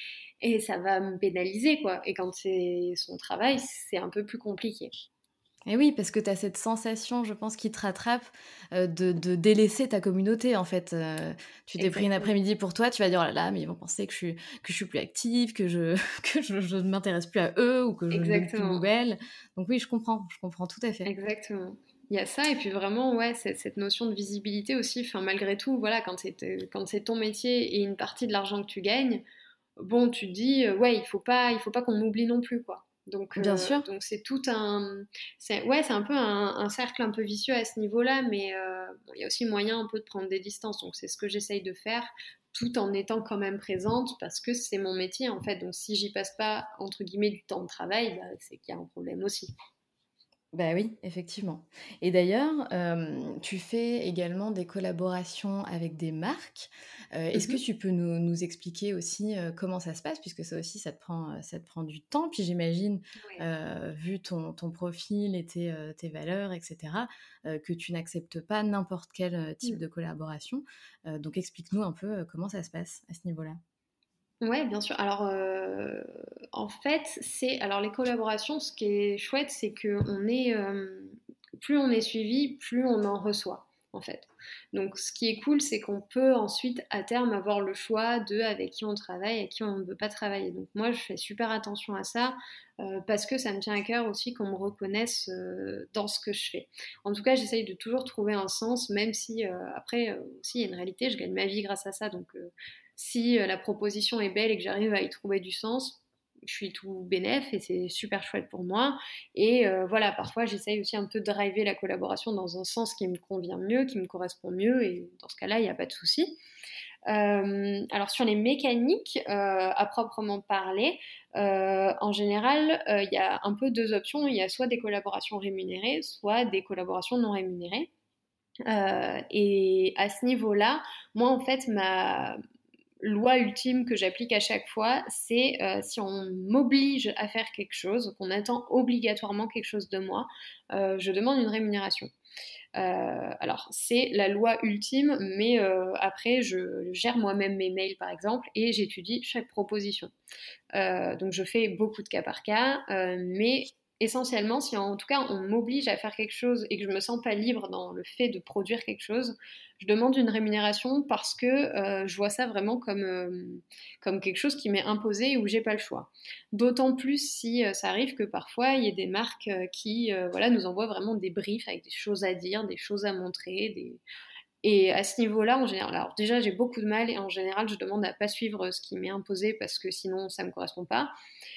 et ça va me pénaliser, quoi. Et quand c'est son travail, c'est un peu plus compliqué. Et oui, parce que tu as cette sensation, je pense, qui te rattrape, de délaisser ta communauté, en fait. Tu t'es pris une Exactement. après-midi pour toi, tu vas dire: «Oh là là, mais ils vont penser que je suis plus active, que je que je ne m'intéresse plus à eux ou que je ne donne plus de Exactement. nouvelles». Donc oui, je comprends tout à fait. Exactement. Il y a ça et puis vraiment, ouais, cette notion de visibilité aussi, enfin, malgré tout, voilà, quand c'est ton métier et une partie de l'argent que tu gagnes, bon, tu te dis, ouais, il faut pas qu'on m'oublie non plus, quoi. Bien sûr. Donc c'est tout un, ouais, c'est un peu un cercle un peu vicieux à ce niveau-là, mais bon, il y a aussi moyen un peu de prendre des distances. Donc c'est ce que j'essaye de faire, tout en étant quand même présente parce que c'est mon métier en fait. Donc si j'y passe pas entre guillemets du temps de travail, bah, c'est qu'il y a un problème aussi. Bah oui, effectivement. Et d'ailleurs, tu fais également des collaborations avec des marques. Est-ce que Mhm. tu peux nous expliquer aussi, comment ça se passe? Puisque ça aussi, ça te prend du temps. Puis j'imagine, Ouais. vu ton profil et tes valeurs et cetera, que tu n'acceptes pas n'importe quel, type Mm. de collaboration. Donc explique-nous un peu, comment ça se passe à ce niveau-là? Ouais, bien sûr. Alors, en fait, alors les collaborations, ce qui est chouette, c'est que plus on est suivi, plus on en reçoit, en fait. Donc, ce qui est cool, c'est qu'on peut ensuite, à terme, avoir le choix de avec qui on travaille et avec qui on ne veut pas travailler. Donc, moi, je fais super attention à ça parce que ça me tient à cœur aussi qu'on me reconnaisse dans ce que je fais. En tout cas, j'essaye de toujours trouver un sens, même si après aussi il y a une réalité, je gagne ma vie grâce à ça, donc si la proposition est belle et que j'arrive à y trouver du sens, je suis tout bénef et c'est super chouette pour moi. Et voilà, parfois j'essaye aussi un peu de driver la collaboration dans un sens qui me convient mieux, qui me correspond mieux, et dans ce cas-là, il n'y a pas de souci. Alors sur les mécaniques, à proprement parler, en général, il y a un peu deux options. Il y a soit des collaborations rémunérées, soit des collaborations non rémunérées. Et à ce niveau-là, moi, en fait, ma loi ultime que j'applique à chaque fois, c'est si on m'oblige à faire quelque chose, qu'on attend obligatoirement quelque chose de moi, je demande une rémunération. Alors, c'est la loi ultime, mais après, je gère moi-même mes mails, par exemple, et j'étudie chaque proposition. Donc, je fais beaucoup de cas par cas, mais essentiellement, si en tout cas on m'oblige à faire quelque chose et que je me sens pas libre dans le fait de produire quelque chose, je demande une rémunération parce que je vois ça vraiment comme quelque chose qui m'est imposé et où j'ai pas le choix. D'autant plus si ça arrive que parfois il y a des marques qui voilà, nous envoient vraiment des briefs avec des choses à dire, des choses à montrer, et à ce niveau-là, en général, alors déjà j'ai beaucoup de mal et en général je demande à pas suivre ce qui m'est imposé parce que sinon ça me correspond pas.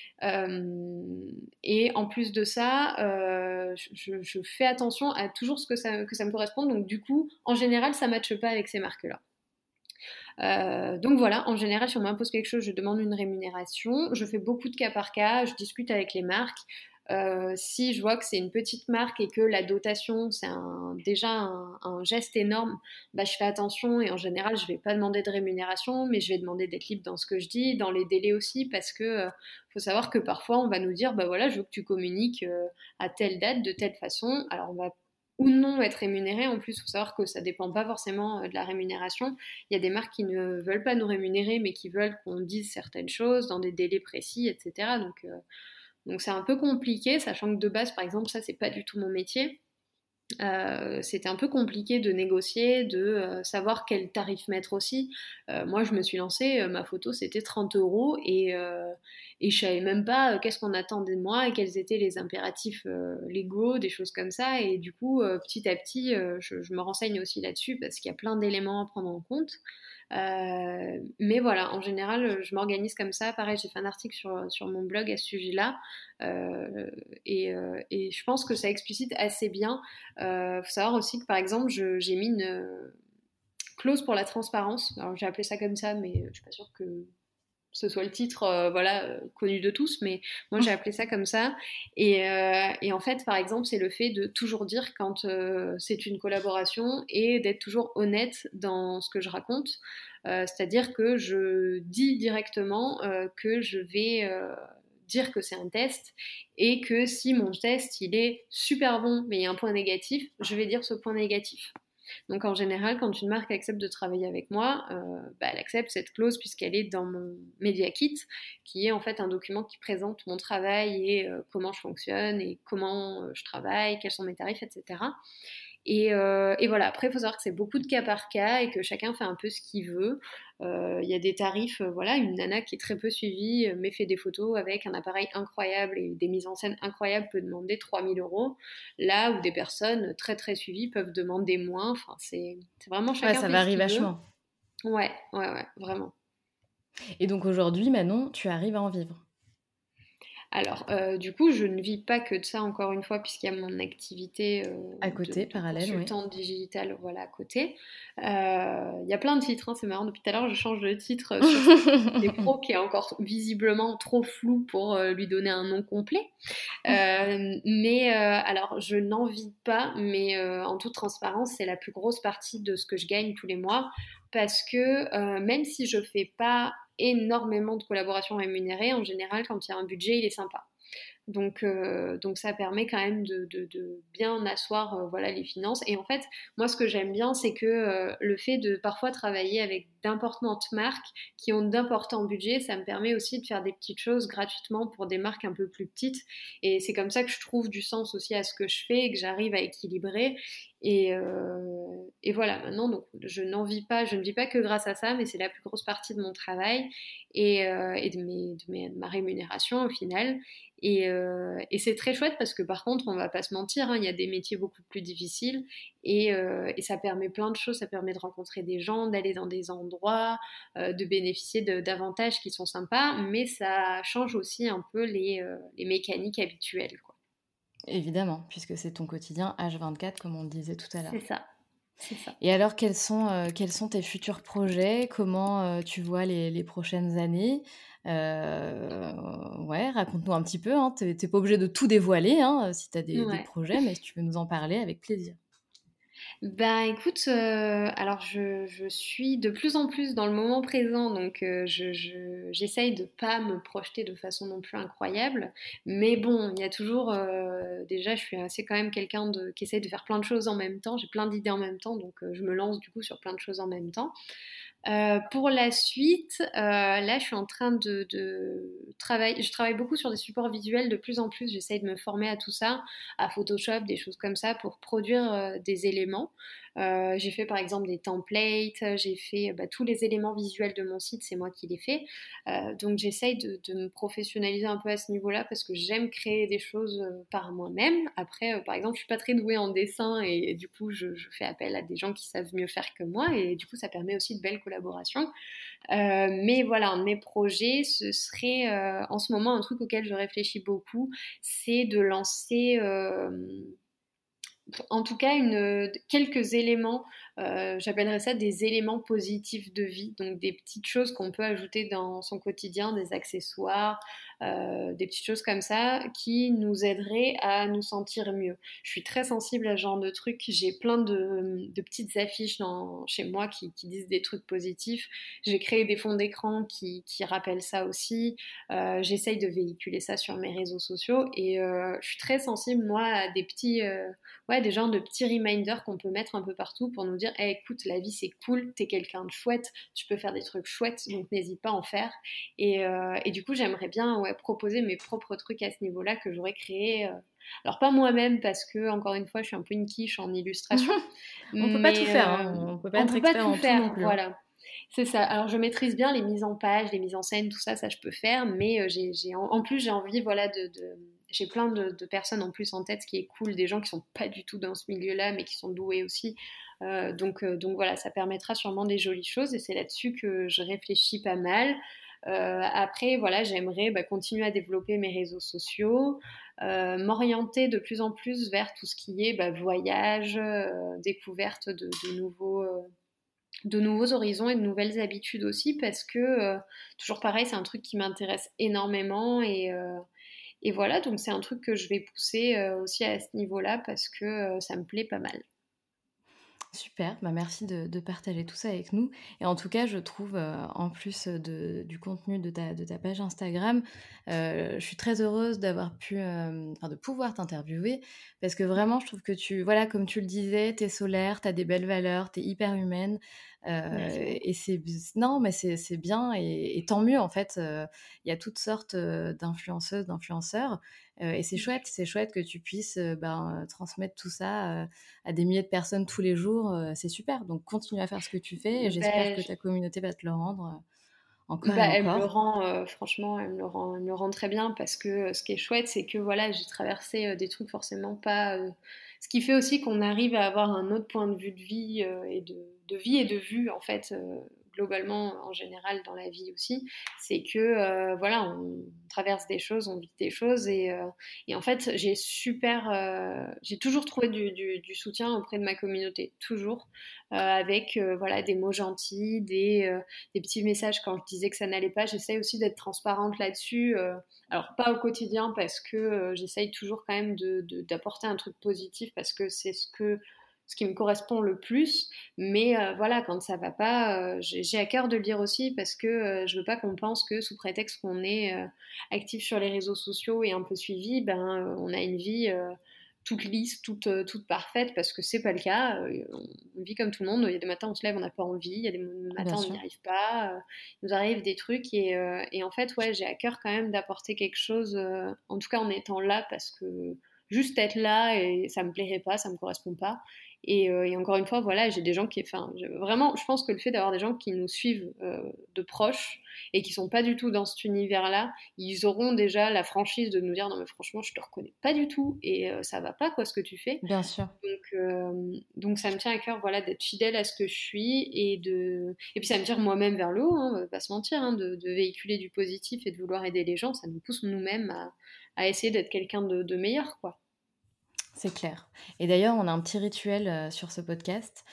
Et en plus de ça, je fais attention à toujours ce que ça me correspond. Donc du coup, en général, ça ne matche pas avec ces marques-là. Donc voilà, en général, si on m'impose quelque chose, je demande une rémunération. Je fais beaucoup de cas par cas, je discute avec les marques. Si je vois que c'est une petite marque et que la dotation, c'est déjà un geste énorme, bah, je fais attention et en général, je ne vais pas demander de rémunération, mais je vais demander d'être libre dans ce que je dis, dans les délais aussi, parce que faut savoir que parfois, on va nous dire, bah voilà, je veux que tu communiques à telle date, de telle façon. Alors, on va ou non être rémunéré. En plus, il faut savoir que ça dépend pas forcément de la rémunération. Il y a des marques qui ne veulent pas nous rémunérer, mais qui veulent qu'on dise certaines choses dans des délais précis, etc. Donc c'est un peu compliqué, sachant que de base, par exemple, ça, c'est pas du tout mon métier. C'était un peu compliqué de négocier, de savoir quel tarif mettre aussi. Moi, je me suis lancée, ma photo c'était 30 euros et je savais même pas qu'est-ce qu'on attendait de moi et quels étaient les impératifs légaux, des choses comme ça. Et du coup, petit à petit, je me renseigne aussi là-dessus parce qu'il y a plein d'éléments à prendre en compte. Mais voilà, en général, je m'organise comme ça. Pareil, j'ai fait un article sur mon blog à ce sujet-là. Et je pense que ça explicite assez bien. Faut savoir aussi que par exemple, j'ai mis une clause pour la transparence. Alors j'ai appelé ça comme ça, mais je suis pas sûre que ce soit le titre voilà, connu de tous, mais moi j'ai appelé ça comme ça. Et en fait, par exemple, c'est le fait de toujours dire quand c'est une collaboration et d'être toujours honnête dans ce que je raconte. C'est-à-dire que je dis directement que je vais dire que c'est un test et que si mon test il est super bon mais il y a un point négatif, je vais dire ce point négatif. Donc en général, quand une marque accepte de travailler avec moi, bah, elle accepte cette clause puisqu'elle est dans mon Media Kit, qui est en fait un document qui présente mon travail et comment je fonctionne et comment je travaille, quels sont mes tarifs, etc. Et voilà, après, il faut savoir que c'est beaucoup de cas par cas et que chacun fait un peu ce qu'il veut. Il y a des tarifs, voilà, une nana qui est très peu suivie, mais fait des photos avec un appareil incroyable et des mises en scène incroyables peut demander 3 000 euros, là où des personnes très très suivies peuvent demander moins. Enfin, c'est vraiment Ouais, chacun ça fait ce varie qu'il veut. vachement. Ouais, ouais, ouais, vraiment. Et donc aujourd'hui, Manon, tu arrives à en vivre. Alors, du coup, je ne vis pas que de ça, encore une fois, puisqu'il y a mon activité À côté, de parallèle, oui. consultante digitale, voilà, à côté. Il y a plein de titres, hein, c'est marrant, depuis tout à l'heure, je change de titre sur cette activité pro qui est encore visiblement trop floue pour lui donner un nom complet. Mais alors, je n'en vis pas, mais en toute transparence, c'est la plus grosse partie de ce que je gagne tous les mois, parce que même si je fais pas énormément de collaborations rémunérées, en général, quand il y a un budget, il est sympa. Donc ça permet quand même de bien asseoir voilà, les finances. Et en fait, moi, ce que j'aime bien, c'est que le fait de parfois travailler avec d'importantes marques qui ont d'importants budgets, ça me permet aussi de faire des petites choses gratuitement pour des marques un peu plus petites. Et c'est comme ça que je trouve du sens aussi à ce que je fais et que j'arrive à équilibrer. Et voilà, maintenant, donc, je n'en vis pas, je ne vis pas que grâce à ça, mais c'est la plus grosse partie de mon travail et de ma rémunération au final. Et c'est très chouette parce que par contre, on va pas se mentir, hein, il y a des métiers beaucoup plus difficiles et ça permet plein de choses. Ça permet de rencontrer des gens, d'aller dans des endroits, de bénéficier d'avantages qui sont sympas, mais ça change aussi un peu les mécaniques habituelles, quoi. Évidemment, puisque c'est ton quotidien H24, comme on le disait tout à C'est l'heure. ça, c'est ça. Et alors, quels sont tes futurs projets? Comment tu vois les prochaines années? Ouais, raconte-nous un petit peu, hein. T'es pas obligé de tout dévoiler, hein, si tu as des Ouais. projets, mais si tu veux nous en parler, avec plaisir. Ben écoute, alors je suis de plus en plus dans le moment présent, donc j'essaye de pas me projeter de façon non plus incroyable. Mais bon, il y a toujours, déjà, je suis assez quand même quelqu'un qui essaye de faire plein de choses en même temps. J'ai plein d'idées en même temps, donc je me lance du coup sur plein de choses en même temps. Pour la suite, là, je suis en train de travailler. Je travaille beaucoup sur des supports visuels de plus en plus. J'essaye de me former à tout ça, à Photoshop, des choses comme ça, pour produire des éléments. J'ai fait par exemple des templates, j'ai fait tous les éléments visuels de mon site, c'est moi qui les fais. Donc j'essaye de me professionnaliser un peu à ce niveau-là parce que j'aime créer des choses par moi-même. Après, par exemple, je suis pas très douée en dessin et du coup, je fais appel à des gens qui savent mieux faire que moi et du coup, ça permet aussi de belles collaborations. Mais voilà, un de mes projets, ce serait en ce moment un truc auquel je réfléchis beaucoup, c'est de lancer en tout cas quelques éléments, j'appellerais ça des éléments positifs de vie, donc des petites choses qu'on peut ajouter dans son quotidien, des accessoires, des petites choses comme ça qui nous aideraient à nous sentir mieux. Je suis très sensible à ce genre de trucs, j'ai plein de petites affiches chez moi qui disent des trucs positifs, j'ai créé des fonds d'écran qui rappellent ça aussi, j'essaye de véhiculer ça sur mes réseaux sociaux et je suis très sensible moi à des petits... ouais, des genres de petits reminders qu'on peut mettre un peu partout pour nous dire hey, écoute, la vie c'est cool, t'es quelqu'un de chouette, tu peux faire des trucs chouettes, donc n'hésite pas à en faire. Et du coup, j'aimerais bien proposer mes propres trucs à ce niveau-là que j'aurais créé. Alors, pas moi-même, parce que, encore une fois, je suis un peu une quiche en illustration, On peut pas tout mais faire, hein. On peut pas on être peut pas expert tout en tout non faire, plus, hein. voilà. C'est ça. Alors, je maîtrise bien les mises en page, les mises en scène, tout ça, ça je peux faire, mais en plus, j'ai envie, voilà, j'ai plein de personnes en plus en tête, ce qui est cool, des gens qui sont pas du tout dans ce milieu-là, mais qui sont doués aussi. Donc voilà, ça permettra sûrement des jolies choses et c'est là-dessus que je réfléchis pas mal. Après, voilà, j'aimerais continuer à développer mes réseaux sociaux, m'orienter de plus en plus vers tout ce qui est voyage, découverte de nouveaux horizons et de nouvelles habitudes aussi, parce que toujours pareil, c'est un truc qui m'intéresse énormément et voilà, donc c'est un truc que je vais pousser aussi à ce niveau-là parce que ça me plaît pas mal. Super, bah merci de partager tout ça avec nous. Et en tout cas, je trouve, en plus du contenu de ta page Instagram, je suis très heureuse d'avoir pu, enfin de pouvoir t'interviewer parce que vraiment, je trouve que voilà, comme tu le disais, tu es solaire, tu as des belles valeurs, tu es hyper humaine, Merci beaucoup. et non, mais c'est bien et tant mieux en fait, il y a toutes sortes, d'influenceuses, d'influenceurs, et c'est chouette que tu puisses, transmettre tout ça, à des milliers de personnes tous les jours, c'est super. Donc continue à faire ce que tu fais et j'espère Ben, que ta communauté va te le rendre encore et Elle me le encore. rend, franchement, elle me le rend très bien parce que ce qui est chouette, c'est que voilà, j'ai traversé des trucs forcément pas. Ce qui fait aussi qu'on arrive à avoir un autre point de vue de vie et de vie et de vue en fait, globalement en général dans la vie aussi. C'est que voilà, on traverse des choses, on vit des choses et en fait, j'ai toujours trouvé du soutien auprès de ma communauté, toujours, avec voilà des mots gentils, des petits messages quand je disais que ça n'allait pas. J'essaye aussi d'être transparente là-dessus. Alors pas au quotidien parce que j'essaye toujours quand même d'apporter un truc positif parce que c'est ce qui me correspond le plus. Mais voilà, quand ça va pas, j'ai à cœur de le dire aussi parce que je veux pas qu'on pense que sous prétexte qu'on est actif sur les réseaux sociaux et un peu suivi, on a une vie toute lisse, toute parfaite, parce que c'est pas le cas. On vit comme tout le monde. Il y a des matins on se lève, on n'a pas envie. Il y a des Bien matins on n'y sûr. arrive pas. Il nous arrive des trucs et en fait, ouais, j'ai à cœur quand même d'apporter quelque chose. En tout cas, en étant là, parce que juste être là et ça me plairait pas, ça me correspond pas. Et encore une fois, voilà, j'ai des gens enfin, vraiment, je pense que le fait d'avoir des gens qui nous suivent de proches et qui sont pas du tout dans cet univers-là, ils auront déjà la franchise de nous dire non mais franchement je te reconnais pas du tout et ça va pas quoi ce que tu fais. Bien sûr. Donc ça me tient à cœur voilà d'être fidèle à ce que je suis et puis ça me tire moi-même vers le haut, hein, on va pas se mentir, hein, de véhiculer du positif et de vouloir aider les gens, ça nous pousse nous-mêmes à essayer d'être quelqu'un de meilleur quoi. C'est clair. Et d'ailleurs, on a un petit rituel, sur ce podcast.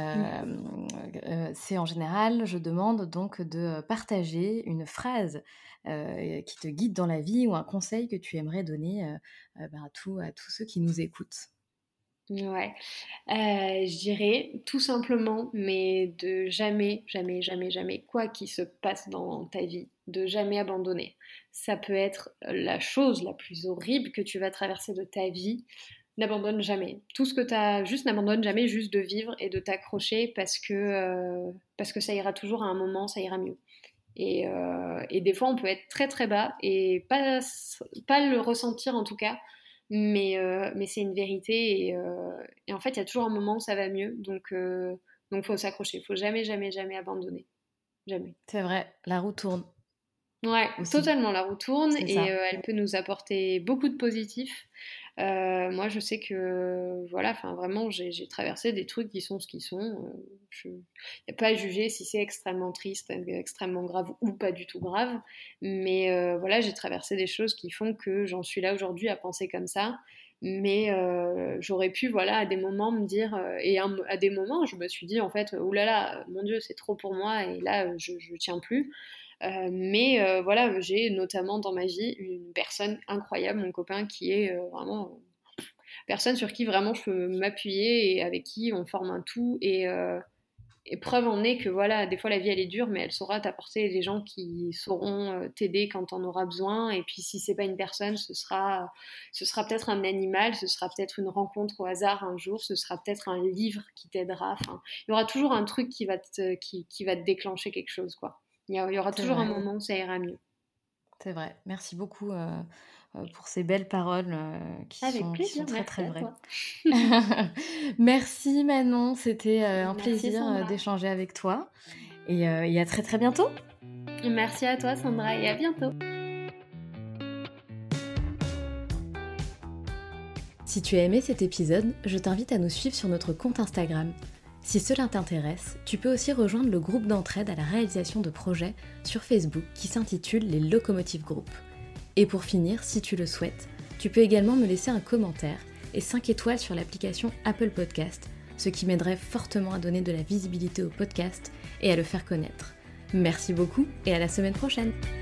C'est en général, je demande donc de partager une phrase, qui te guide dans la vie ou un conseil que tu aimerais donner, à tous ceux qui nous écoutent. Ouais, je dirais tout simplement, mais de jamais, jamais, jamais, jamais, quoi qu'il se passe dans ta vie, de jamais abandonner. Ça peut être la chose la plus horrible que tu vas traverser de ta vie. N'abandonne jamais. Tout ce que tu as, juste n'abandonne jamais, juste de vivre et de t'accrocher parce que ça ira toujours à un moment, ça ira mieux. Et des fois, on peut être très très bas et pas le ressentir en tout cas, mais c'est une vérité. Et en fait, il y a toujours un moment où ça va mieux. Donc faut s'accrocher. Il faut jamais, jamais, jamais abandonner. Jamais. C'est vrai, la roue tourne Ouais, aussi, totalement, la roue tourne c'est et ça. elle peut nous apporter beaucoup de positifs. Moi, je sais que, voilà, enfin, vraiment, j'ai traversé des trucs qui sont ce qu'ils sont. Il n'y a pas à juger si c'est extrêmement triste, extrêmement grave ou pas du tout grave. Mais voilà, j'ai traversé des choses qui font que j'en suis là aujourd'hui à penser comme ça. Mais j'aurais pu, voilà, à des moments me dire, à des moments, je me suis dit, en fait, oulala, mon Dieu, c'est trop pour moi, et là, je tiens plus. Mais voilà, j'ai notamment dans ma vie une personne incroyable, mon copain, qui est vraiment personne sur qui vraiment je peux m'appuyer et avec qui on forme un tout. Et preuve en est que voilà, des fois la vie elle est dure, mais elle saura t'apporter des gens qui sauront t'aider quand t'en auras besoin. Et puis si c'est pas une personne, ce sera peut-être un animal, ce sera peut-être une rencontre au hasard un jour, ce sera peut-être un livre qui t'aidera. Enfin, il y aura toujours un truc qui va te déclencher quelque chose, quoi. Il y aura C'est toujours un vrai, moment où ça ira mieux. c'est vrai. Merci beaucoup pour ces belles paroles Avec qui sont plaisir, très merci très à vraies. toi. Merci Manon, c'était un Merci plaisir Sandra. d'échanger avec toi et à très très bientôt. Merci à toi Sandra et à bientôt. Si tu as aimé cet épisode, je t'invite à nous suivre sur notre compte Instagram. Si cela t'intéresse, tu peux aussi rejoindre le groupe d'entraide à la réalisation de projets sur Facebook qui s'intitule les Locomotives Group. Et pour finir, si tu le souhaites, tu peux également me laisser un commentaire et 5 étoiles sur l'application Apple Podcast, ce qui m'aiderait fortement à donner de la visibilité au podcast et à le faire connaître. Merci beaucoup et à la semaine prochaine!